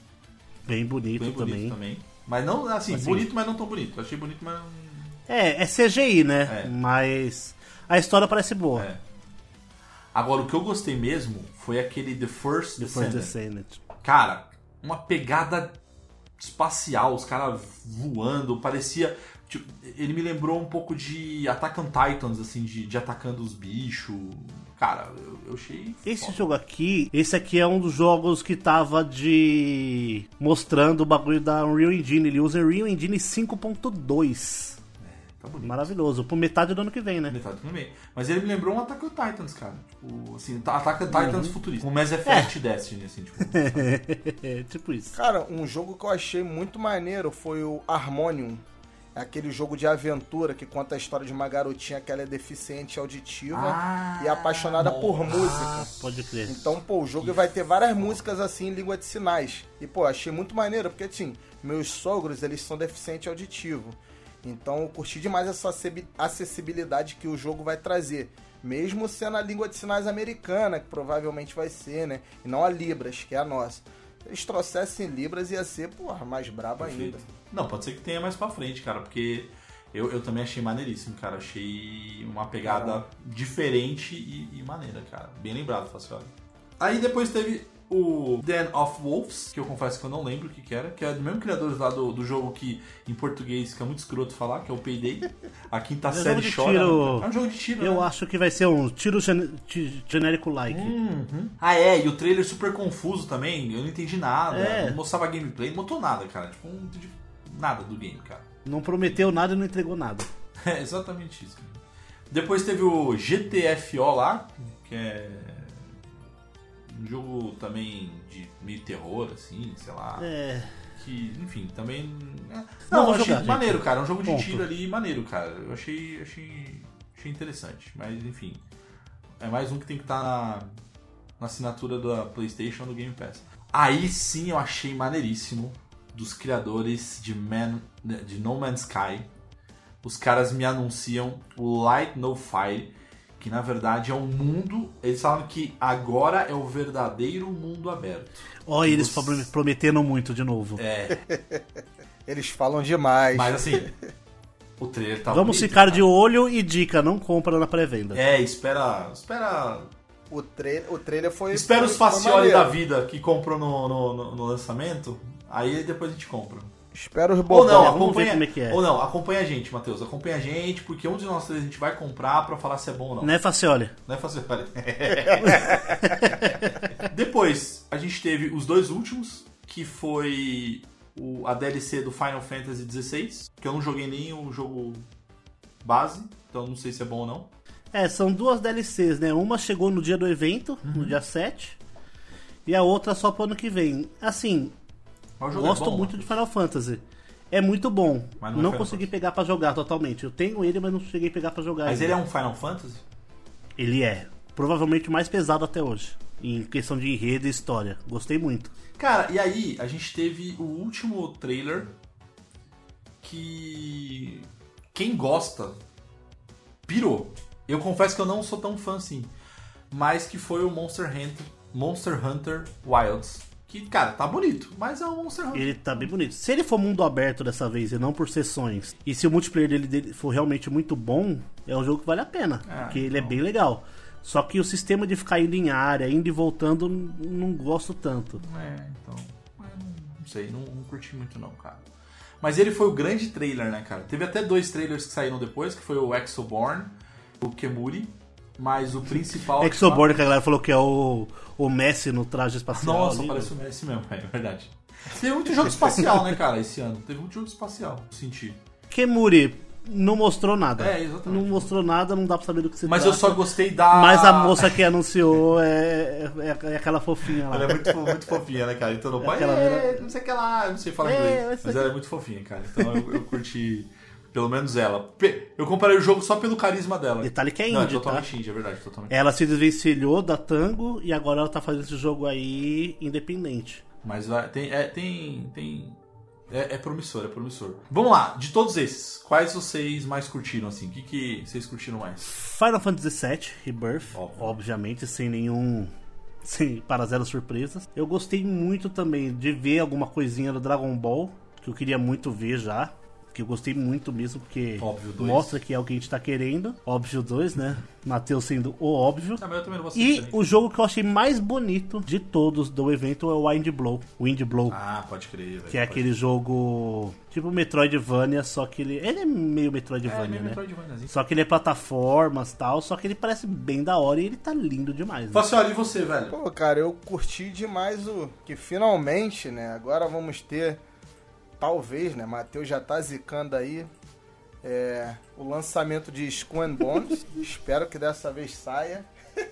[SPEAKER 4] Bem bonito,
[SPEAKER 3] Bem bonito
[SPEAKER 4] também.
[SPEAKER 3] também. Mas não, assim,
[SPEAKER 4] Assim.
[SPEAKER 3] bonito, mas não tão bonito. Eu achei bonito, mas não...
[SPEAKER 4] É, é C G I, né?
[SPEAKER 3] É.
[SPEAKER 4] Mas a história parece boa.
[SPEAKER 3] É. Agora, o que eu gostei mesmo foi aquele The First
[SPEAKER 4] The First
[SPEAKER 3] Descendant.
[SPEAKER 4] Descendant.
[SPEAKER 3] Cara, uma pegada espacial, os caras voando, parecia... Tipo, ele me lembrou um pouco de Attack on Titans, assim, de, de atacando os bichos. Cara, eu, eu achei...
[SPEAKER 4] Esse
[SPEAKER 3] foda.
[SPEAKER 4] jogo aqui, esse aqui é um dos jogos que tava de... mostrando o bagulho da Unreal Engine. Ele usa Unreal Engine cinco ponto dois.
[SPEAKER 3] Tá bonito.
[SPEAKER 4] Maravilhoso. Por metade do ano que vem, né?
[SPEAKER 3] Metade tudo bem. Mas ele me lembrou um Attack on Titans, cara. Tipo, assim, Attack on Titans
[SPEAKER 4] Uhum.
[SPEAKER 3] futurista. Um Mass Effect Destiny, assim, tipo.
[SPEAKER 4] É, tipo isso.
[SPEAKER 5] Cara, um jogo que eu achei muito maneiro foi o Harmonium. É aquele jogo de aventura que conta a história de uma garotinha que ela é deficiente auditiva
[SPEAKER 3] Ah,
[SPEAKER 5] e apaixonada por música.
[SPEAKER 4] Pode crer.
[SPEAKER 5] Então, pô, o jogo vai ter várias músicas assim em língua de sinais. E, pô, achei muito maneiro, porque, assim, meus sogros, eles são deficientes auditivos. Então, eu curti demais essa acessi- acessibilidade que o jogo vai trazer. Mesmo sendo a língua de sinais americana, que provavelmente vai ser, né? E não a Libras, que é a nossa. Se eles trouxessem Libras, ia ser, porra, mais brabo ainda.
[SPEAKER 3] Perfeito. Não, pode ser que tenha mais pra frente, cara, porque eu, eu também achei maneiríssimo, cara. Achei uma pegada diferente e, e maneira, cara. Bem lembrado, Facioli. Aí depois teve o Den of Wolves, que eu confesso que eu não lembro o que, que era, que é do mesmo criador lá do, do jogo que em português fica muito escroto falar, que é o Payday. A quinta
[SPEAKER 4] É um
[SPEAKER 3] série
[SPEAKER 4] jogo de
[SPEAKER 3] chora.
[SPEAKER 4] tiro.
[SPEAKER 3] É um jogo de tiro,
[SPEAKER 4] Eu
[SPEAKER 3] né?
[SPEAKER 4] acho que vai ser um tiro gen- ti- genérico like.
[SPEAKER 3] Uhum. Ah, é, e o trailer super confuso também, eu não entendi nada,
[SPEAKER 4] É.
[SPEAKER 3] não mostrava gameplay, não mostrou nada, cara, tipo, não entendi nada do game, cara.
[SPEAKER 4] Não prometeu nada e não entregou nada.
[SPEAKER 3] É exatamente isso, cara. Depois teve o G T F O lá, que é um jogo também de meio terror, assim, sei lá,
[SPEAKER 4] É.
[SPEAKER 3] que, enfim, também... é.
[SPEAKER 4] Não,
[SPEAKER 3] Não,
[SPEAKER 4] vou
[SPEAKER 3] eu achei
[SPEAKER 4] jogar, gente.
[SPEAKER 3] maneiro, cara, é um jogo de
[SPEAKER 4] Ponto.
[SPEAKER 3] tiro ali maneiro, cara, eu achei, achei, achei interessante, mas enfim, é mais um que tem que estar na, na assinatura da PlayStation do Game Pass. Aí sim eu achei maneiríssimo, dos criadores de, Man, de No Man's Sky, os caras me anunciam o Light No Fire, que na verdade é um mundo, eles falam que agora é o verdadeiro mundo aberto.
[SPEAKER 4] Ó, eles
[SPEAKER 3] Nossa.
[SPEAKER 4] pro- prometendo muito de novo.
[SPEAKER 3] É,
[SPEAKER 5] Eles falam demais.
[SPEAKER 3] mas assim, o trailer tá
[SPEAKER 4] Vamos
[SPEAKER 3] bonito,
[SPEAKER 4] ficar
[SPEAKER 3] cara.
[SPEAKER 4] de olho e dica, não compra na pré-venda.
[SPEAKER 3] É, espera, espera,
[SPEAKER 5] O, tra o trailer foi.
[SPEAKER 3] espera
[SPEAKER 5] foi,
[SPEAKER 3] os
[SPEAKER 5] foi
[SPEAKER 3] facioli
[SPEAKER 5] maneiro.
[SPEAKER 3] da vida que comprou no, no, no- no lançamento, aí depois a gente compra.
[SPEAKER 5] Espero os
[SPEAKER 3] Ou
[SPEAKER 5] bobão.
[SPEAKER 3] não,
[SPEAKER 4] vamos ver
[SPEAKER 3] acompanha,
[SPEAKER 4] como é que é.
[SPEAKER 3] ou não, acompanha a gente, Matheus. Acompanha a gente, porque um de nós três a gente vai comprar pra falar se é bom ou não.
[SPEAKER 4] Né, Facioli?
[SPEAKER 3] Não é fácil, olha. Depois, a gente teve os dois últimos, que foi o, a D L C do Final Fantasy dezesseis, que eu não joguei nem o jogo base, então não sei se é bom ou não.
[SPEAKER 4] É, são duas D L Cs, né? Uma chegou no dia do evento,
[SPEAKER 3] Uhum.
[SPEAKER 4] no dia sete, e a outra só pro ano que vem. Assim,
[SPEAKER 3] Mas o jogo
[SPEAKER 4] gosto
[SPEAKER 3] é bom,
[SPEAKER 4] muito de
[SPEAKER 3] Matheus.
[SPEAKER 4] Final Fantasy. É muito bom.
[SPEAKER 3] Mas
[SPEAKER 4] Não,
[SPEAKER 3] não é Final
[SPEAKER 4] consegui
[SPEAKER 3] Fantasy.
[SPEAKER 4] pegar pra jogar totalmente. Eu tenho ele, mas não cheguei a pegar pra jogar
[SPEAKER 3] Mas
[SPEAKER 4] ainda.
[SPEAKER 3] ele é um Final Fantasy?
[SPEAKER 4] Ele é. Provavelmente o mais pesado até hoje. Em questão de enredo e história. Gostei muito.
[SPEAKER 3] Cara, e aí a gente teve o último trailer que quem gosta pirou. Eu confesso que eu não sou tão fã assim, mas que foi o Monster Hunter, Monster Hunter Wilds. Que, cara, tá bonito, mas é um Monster Hunter.
[SPEAKER 4] Ele tá bem bonito. Se ele for mundo aberto dessa vez e não por sessões, e se o multiplayer dele, dele for realmente muito bom, é um jogo que vale a pena.
[SPEAKER 3] Ah,
[SPEAKER 4] porque ele é
[SPEAKER 3] então.
[SPEAKER 4] bem legal. Só que o sistema de ficar indo em área, indo e voltando, n- não gosto tanto.
[SPEAKER 3] É, então. Mas não, não sei, não, não curti muito não, cara. Mas ele foi o grande trailer, né, cara? Teve até dois trailers que saíram depois, que foi o Exoborn, o Kemuri, mas o principal...
[SPEAKER 4] Exoborn, que a galera falou que é o, o Messi no traje espacial.
[SPEAKER 3] Nossa,
[SPEAKER 4] ali,
[SPEAKER 3] parece
[SPEAKER 4] né?
[SPEAKER 3] o Messi mesmo, é verdade. Teve muito jogo espacial, né, cara, esse ano. Teve muito jogo espacial, eu senti.
[SPEAKER 4] Kemuri não mostrou nada.
[SPEAKER 3] É, exatamente.
[SPEAKER 4] Não mostrou nada, não dá pra saber do que se
[SPEAKER 3] Mas eu
[SPEAKER 4] trata.
[SPEAKER 3] só gostei da...
[SPEAKER 4] Mas a moça que anunciou é, é, é aquela fofinha lá.
[SPEAKER 3] Ela é muito, fo- muito fofinha, né, cara? Então não pode...
[SPEAKER 4] Aquela
[SPEAKER 3] É,
[SPEAKER 4] mina-
[SPEAKER 3] não sei o que lá, eu não sei falar
[SPEAKER 4] É,
[SPEAKER 3] inglês.
[SPEAKER 4] mas
[SPEAKER 3] Mas
[SPEAKER 4] isso
[SPEAKER 3] ela é muito fofinha, cara. Então eu, eu curti, pelo menos ela. Pe- Eu comparei o jogo só pelo carisma dela.
[SPEAKER 4] Detalhe que é
[SPEAKER 3] Não, é
[SPEAKER 4] indie,
[SPEAKER 3] totalmente
[SPEAKER 4] tá?
[SPEAKER 3] indie, é verdade, totalmente.
[SPEAKER 4] Ela se desvencilhou da Tango e agora ela tá fazendo esse jogo aí independente.
[SPEAKER 3] Mas vai- tem... É, tem, tem é, é promissor, é promissor. Vamos lá, de todos esses, quais vocês mais curtiram, assim? O que, que vocês curtiram mais?
[SPEAKER 4] Final Fantasy sete Rebirth,
[SPEAKER 3] Óbvio.
[SPEAKER 4] obviamente, sem nenhum... Sem para zero surpresas. Eu gostei muito também de ver alguma coisinha do Dragon Ball, que eu queria muito ver já. Que eu gostei muito mesmo, porque
[SPEAKER 3] Óbvio dois.
[SPEAKER 4] mostra que é o que a gente tá querendo. Óbvio dois, né? Matheus sendo o óbvio.
[SPEAKER 3] Ah, mas eu também não vou assistir
[SPEAKER 4] E
[SPEAKER 3] também.
[SPEAKER 4] o jogo que eu achei mais bonito de todos do evento é o Wind Blow. Wind Blow.
[SPEAKER 3] Ah, pode crer, velho.
[SPEAKER 4] Que é
[SPEAKER 3] pode
[SPEAKER 4] aquele jogo tipo Metroidvania, só que ele... Ele é meio
[SPEAKER 3] crer.
[SPEAKER 4] Metroidvania,
[SPEAKER 3] É, meio
[SPEAKER 4] né?
[SPEAKER 3] Metroidvaniazinho.
[SPEAKER 4] Só que ele é plataformas e tal, só que ele parece bem da hora e ele tá lindo demais. Né?
[SPEAKER 3] Fala assim, olha, e você, velho?
[SPEAKER 5] Pô, cara, eu curti demais o que finalmente, né? Agora vamos ter, talvez, né? Matheus já tá zicando aí. É, o lançamento de Skull and Bones. Espero que dessa vez saia.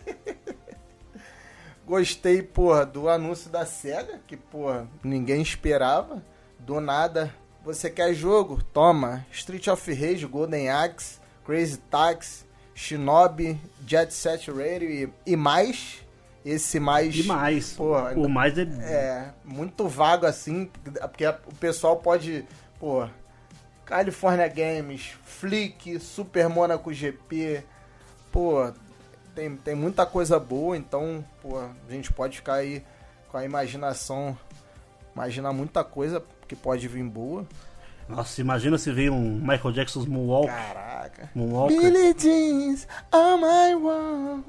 [SPEAKER 5] Gostei, porra, do anúncio da SEGA, que, porra, ninguém esperava. Do nada, você quer jogo? Toma. Street of Rage, Golden Axe, Crazy Taxi, Shinobi, Jet Set Radio e, e mais. Esse mais...
[SPEAKER 4] Demais.
[SPEAKER 5] Porra,
[SPEAKER 4] O mais é...
[SPEAKER 5] é, muito vago assim, porque o pessoal pode, pô, California Games, Flick, Super Monaco G P, pô, tem, tem muita coisa boa, então, pô, a gente pode ficar aí com a imaginação, imaginar muita coisa que pode vir boa.
[SPEAKER 4] Nossa, imagina se veio um Michael Jackson's Moonwalk.
[SPEAKER 5] Caraca.
[SPEAKER 4] Moonwalker.
[SPEAKER 5] Billie Jeans, oh my world.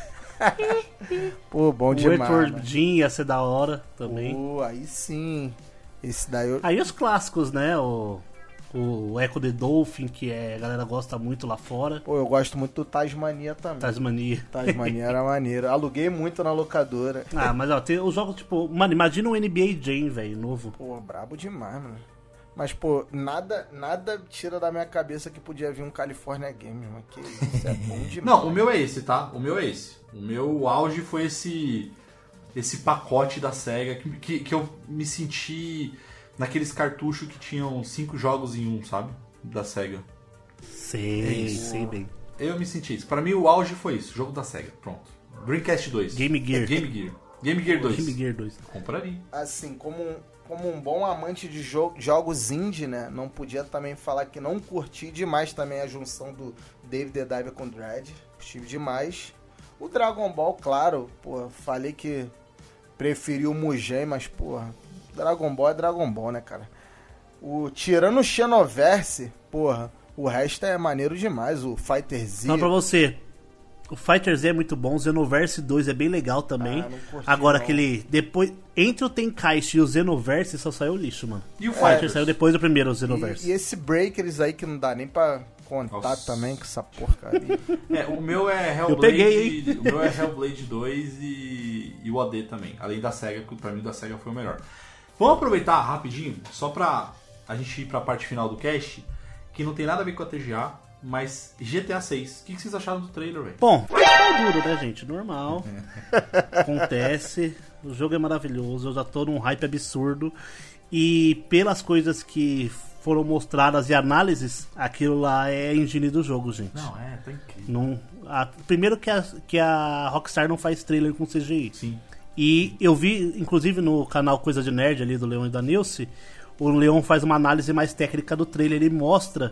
[SPEAKER 5] Pô, bom
[SPEAKER 4] O
[SPEAKER 5] demais.
[SPEAKER 4] Edward
[SPEAKER 5] né?
[SPEAKER 4] Jean ia ser da hora também.
[SPEAKER 5] Pô, aí sim. Esse daí eu...
[SPEAKER 4] Aí os clássicos, né? O, o Echo the Dolphin, que é, a galera gosta muito lá fora.
[SPEAKER 5] Pô, eu gosto muito do Tasmania também.
[SPEAKER 4] Tasmania.
[SPEAKER 5] Tasmania era maneiro. Aluguei muito na locadora.
[SPEAKER 4] Ah, mas ó, tem os jogos tipo... Mano, imagina um N B A Jam, velho, novo.
[SPEAKER 5] Pô, brabo demais, mano. Mas, pô, nada, nada tira da minha cabeça que podia vir um California Games, mano. Que isso é bom demais.
[SPEAKER 3] Não, o meu é esse, tá? O meu é esse. O meu auge foi esse esse pacote da SEGA que, que, que eu me senti naqueles cartuchos que tinham cinco jogos em um, sabe? Da SEGA.
[SPEAKER 4] Sei,
[SPEAKER 3] isso.
[SPEAKER 4] sei bem.
[SPEAKER 3] Eu me senti isso. Pra mim o auge foi isso, jogo da SEGA. Pronto. Dreamcast dois.
[SPEAKER 4] Game Gear.
[SPEAKER 3] É, Game Gear. Game Gear dois.
[SPEAKER 4] Game Gear dois.
[SPEAKER 3] Compraria.
[SPEAKER 5] Assim, como um, como um bom amante de jo- jogos indie, né? Não podia também falar que não curti demais também a junção do David the Diver com Dread. Curti demais. O Dragon Ball, claro, pô, falei que preferi o Mugen, mas, porra, Dragon Ball é Dragon Ball, né, cara? O, tirando o Xenoverse, porra, o resto é maneiro demais. O Fighter Z.
[SPEAKER 4] Então pra você, O Fighter Z é muito bom, o Xenoverse dois é bem legal também.
[SPEAKER 5] Ah, não curti,
[SPEAKER 4] Agora,
[SPEAKER 5] não.
[SPEAKER 4] aquele. Depois. Entre o Tenkaichi e o Xenoverse só saiu lixo, mano.
[SPEAKER 3] E o
[SPEAKER 4] O Fighter
[SPEAKER 3] Fighters?
[SPEAKER 4] saiu depois do primeiro, o Xenoverse.
[SPEAKER 5] E, e esse Breakers aí que não dá nem pra contar
[SPEAKER 3] Nossa.
[SPEAKER 5] também com essa porcaria.
[SPEAKER 3] É, o meu é Hellblade.
[SPEAKER 4] Eu peguei,
[SPEAKER 3] o meu é Hellblade dois e, e o A D também. Além da SEGA, que pra mim da SEGA foi o melhor. Vamos aproveitar rapidinho, só pra a gente ir pra parte final do cast, que não tem nada a ver com a T G A, mas G T A seis. O que vocês acharam do trailer, velho?
[SPEAKER 4] Bom, tá duro, né, gente? Normal. Acontece. O jogo é maravilhoso. Eu já tô num hype absurdo. E pelas coisas que foram mostradas e análises, aquilo lá é a engine do jogo, gente.
[SPEAKER 3] Não, é, tá incrível.
[SPEAKER 4] Não, a- primeiro que a, que a Rockstar não faz trailer com C G I.
[SPEAKER 3] Sim.
[SPEAKER 4] E eu vi, inclusive no canal Coisa de Nerd ali do Leon e da Nilce, o Leon faz uma análise mais técnica do trailer. Ele mostra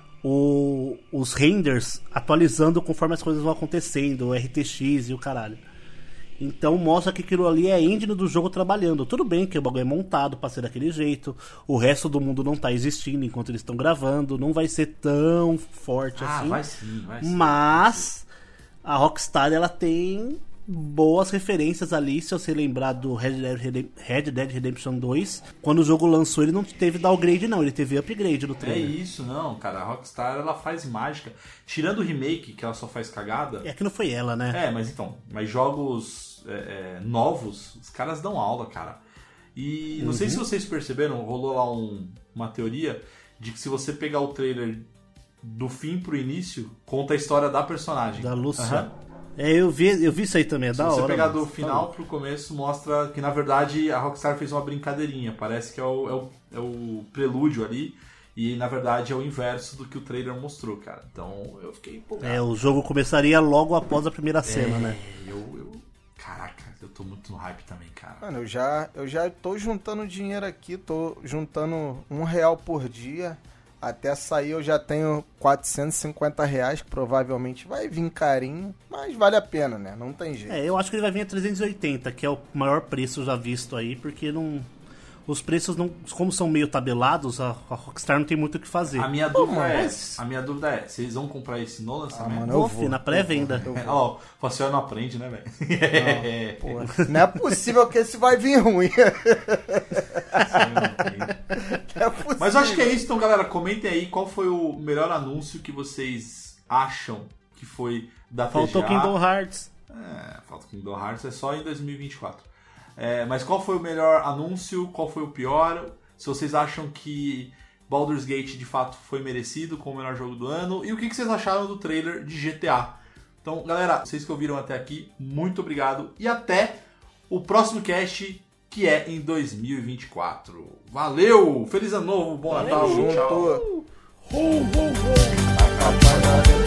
[SPEAKER 4] o- os renders atualizando conforme as coisas vão acontecendo, o R T X e o caralho. Então mostra que aquilo ali é a engine do jogo trabalhando. Tudo bem que o bagulho é montado pra ser daquele jeito, o resto do mundo não tá existindo enquanto eles estão gravando, não vai ser tão forte
[SPEAKER 3] Ah,
[SPEAKER 4] assim.
[SPEAKER 3] vai sim, vai sim.
[SPEAKER 4] Mas a Rockstar, ela tem boas referências ali. Se você lembrar do Red Dead, Redem- Red Dead Redemption dois, quando o jogo lançou ele não teve downgrade não, ele teve upgrade no
[SPEAKER 3] É
[SPEAKER 4] trailer.
[SPEAKER 3] isso, não, cara. A Rockstar, ela faz mágica. Tirando o remake, que ela só faz cagada.
[SPEAKER 4] É que não foi ela, né?
[SPEAKER 3] É, mas então, mas jogos é, é, novos, os caras dão aula, cara. E não sei se vocês perceberam, rolou lá um- uma teoria de que se você pegar o trailer do fim pro início, conta a história da personagem.
[SPEAKER 4] Da Lúcia.
[SPEAKER 3] Aham.
[SPEAKER 4] É, eu vi, eu vi isso aí também, é
[SPEAKER 3] Se
[SPEAKER 4] da
[SPEAKER 3] você
[SPEAKER 4] hora.
[SPEAKER 3] pegar
[SPEAKER 4] mano.
[SPEAKER 3] do
[SPEAKER 4] Tá
[SPEAKER 3] final
[SPEAKER 4] louco.
[SPEAKER 3] pro começo, mostra que na verdade a Rockstar fez uma brincadeirinha. Parece que é o, é o, é o prelúdio ali. E na verdade é o inverso do que o trailer mostrou, cara. Então eu fiquei empolgado.
[SPEAKER 4] É, o jogo começaria logo após a primeira cena,
[SPEAKER 3] É,
[SPEAKER 4] né?
[SPEAKER 3] Eu, eu. Caraca, eu tô muito no hype também, cara.
[SPEAKER 5] Mano, eu já, eu já tô juntando dinheiro aqui, tô juntando um real por dia. Até sair eu já tenho quatrocentos e cinquenta reais, que provavelmente vai vir carinho, mas vale a pena, né? Não tem jeito.
[SPEAKER 4] É, eu acho que ele vai vir a trezentos e oitenta, que é o maior preço já visto aí, porque não... Os preços, não, como são meio tabelados, a, a Rockstar não tem muito o que fazer.
[SPEAKER 3] A minha dúvida
[SPEAKER 5] mano,
[SPEAKER 3] é,
[SPEAKER 5] mas-
[SPEAKER 3] a minha dúvida é, vocês vão comprar esse no
[SPEAKER 5] Ah,
[SPEAKER 3] lançamento?
[SPEAKER 5] mano, eu
[SPEAKER 4] Pô,
[SPEAKER 5] vou.
[SPEAKER 4] filho, na pré-venda.
[SPEAKER 5] Eu vou, eu
[SPEAKER 3] É, ó, o Facial não aprende, né, velho? É.
[SPEAKER 5] Pô, não é possível que esse vai vir ruim. Não é possível.
[SPEAKER 3] Mas eu acho que é isso, então, galera, comentem aí qual foi o melhor anúncio que vocês acham que foi da T G A.
[SPEAKER 4] Faltou Kingdom Hearts.
[SPEAKER 3] É, falta Kingdom Hearts é só em dois mil e vinte e quatro. É, mas qual foi o melhor anúncio? Qual foi o pior? Se vocês acham que Baldur's Gate de fato foi merecido como o melhor jogo do ano? E o que que vocês acharam do trailer de G T A? Então, galera, vocês que ouviram até aqui, muito obrigado e até o próximo cast, que é em dois mil e vinte e quatro. Valeu! Feliz ano novo, bom Natal, tchau!
[SPEAKER 5] Junto. Atrapalhado.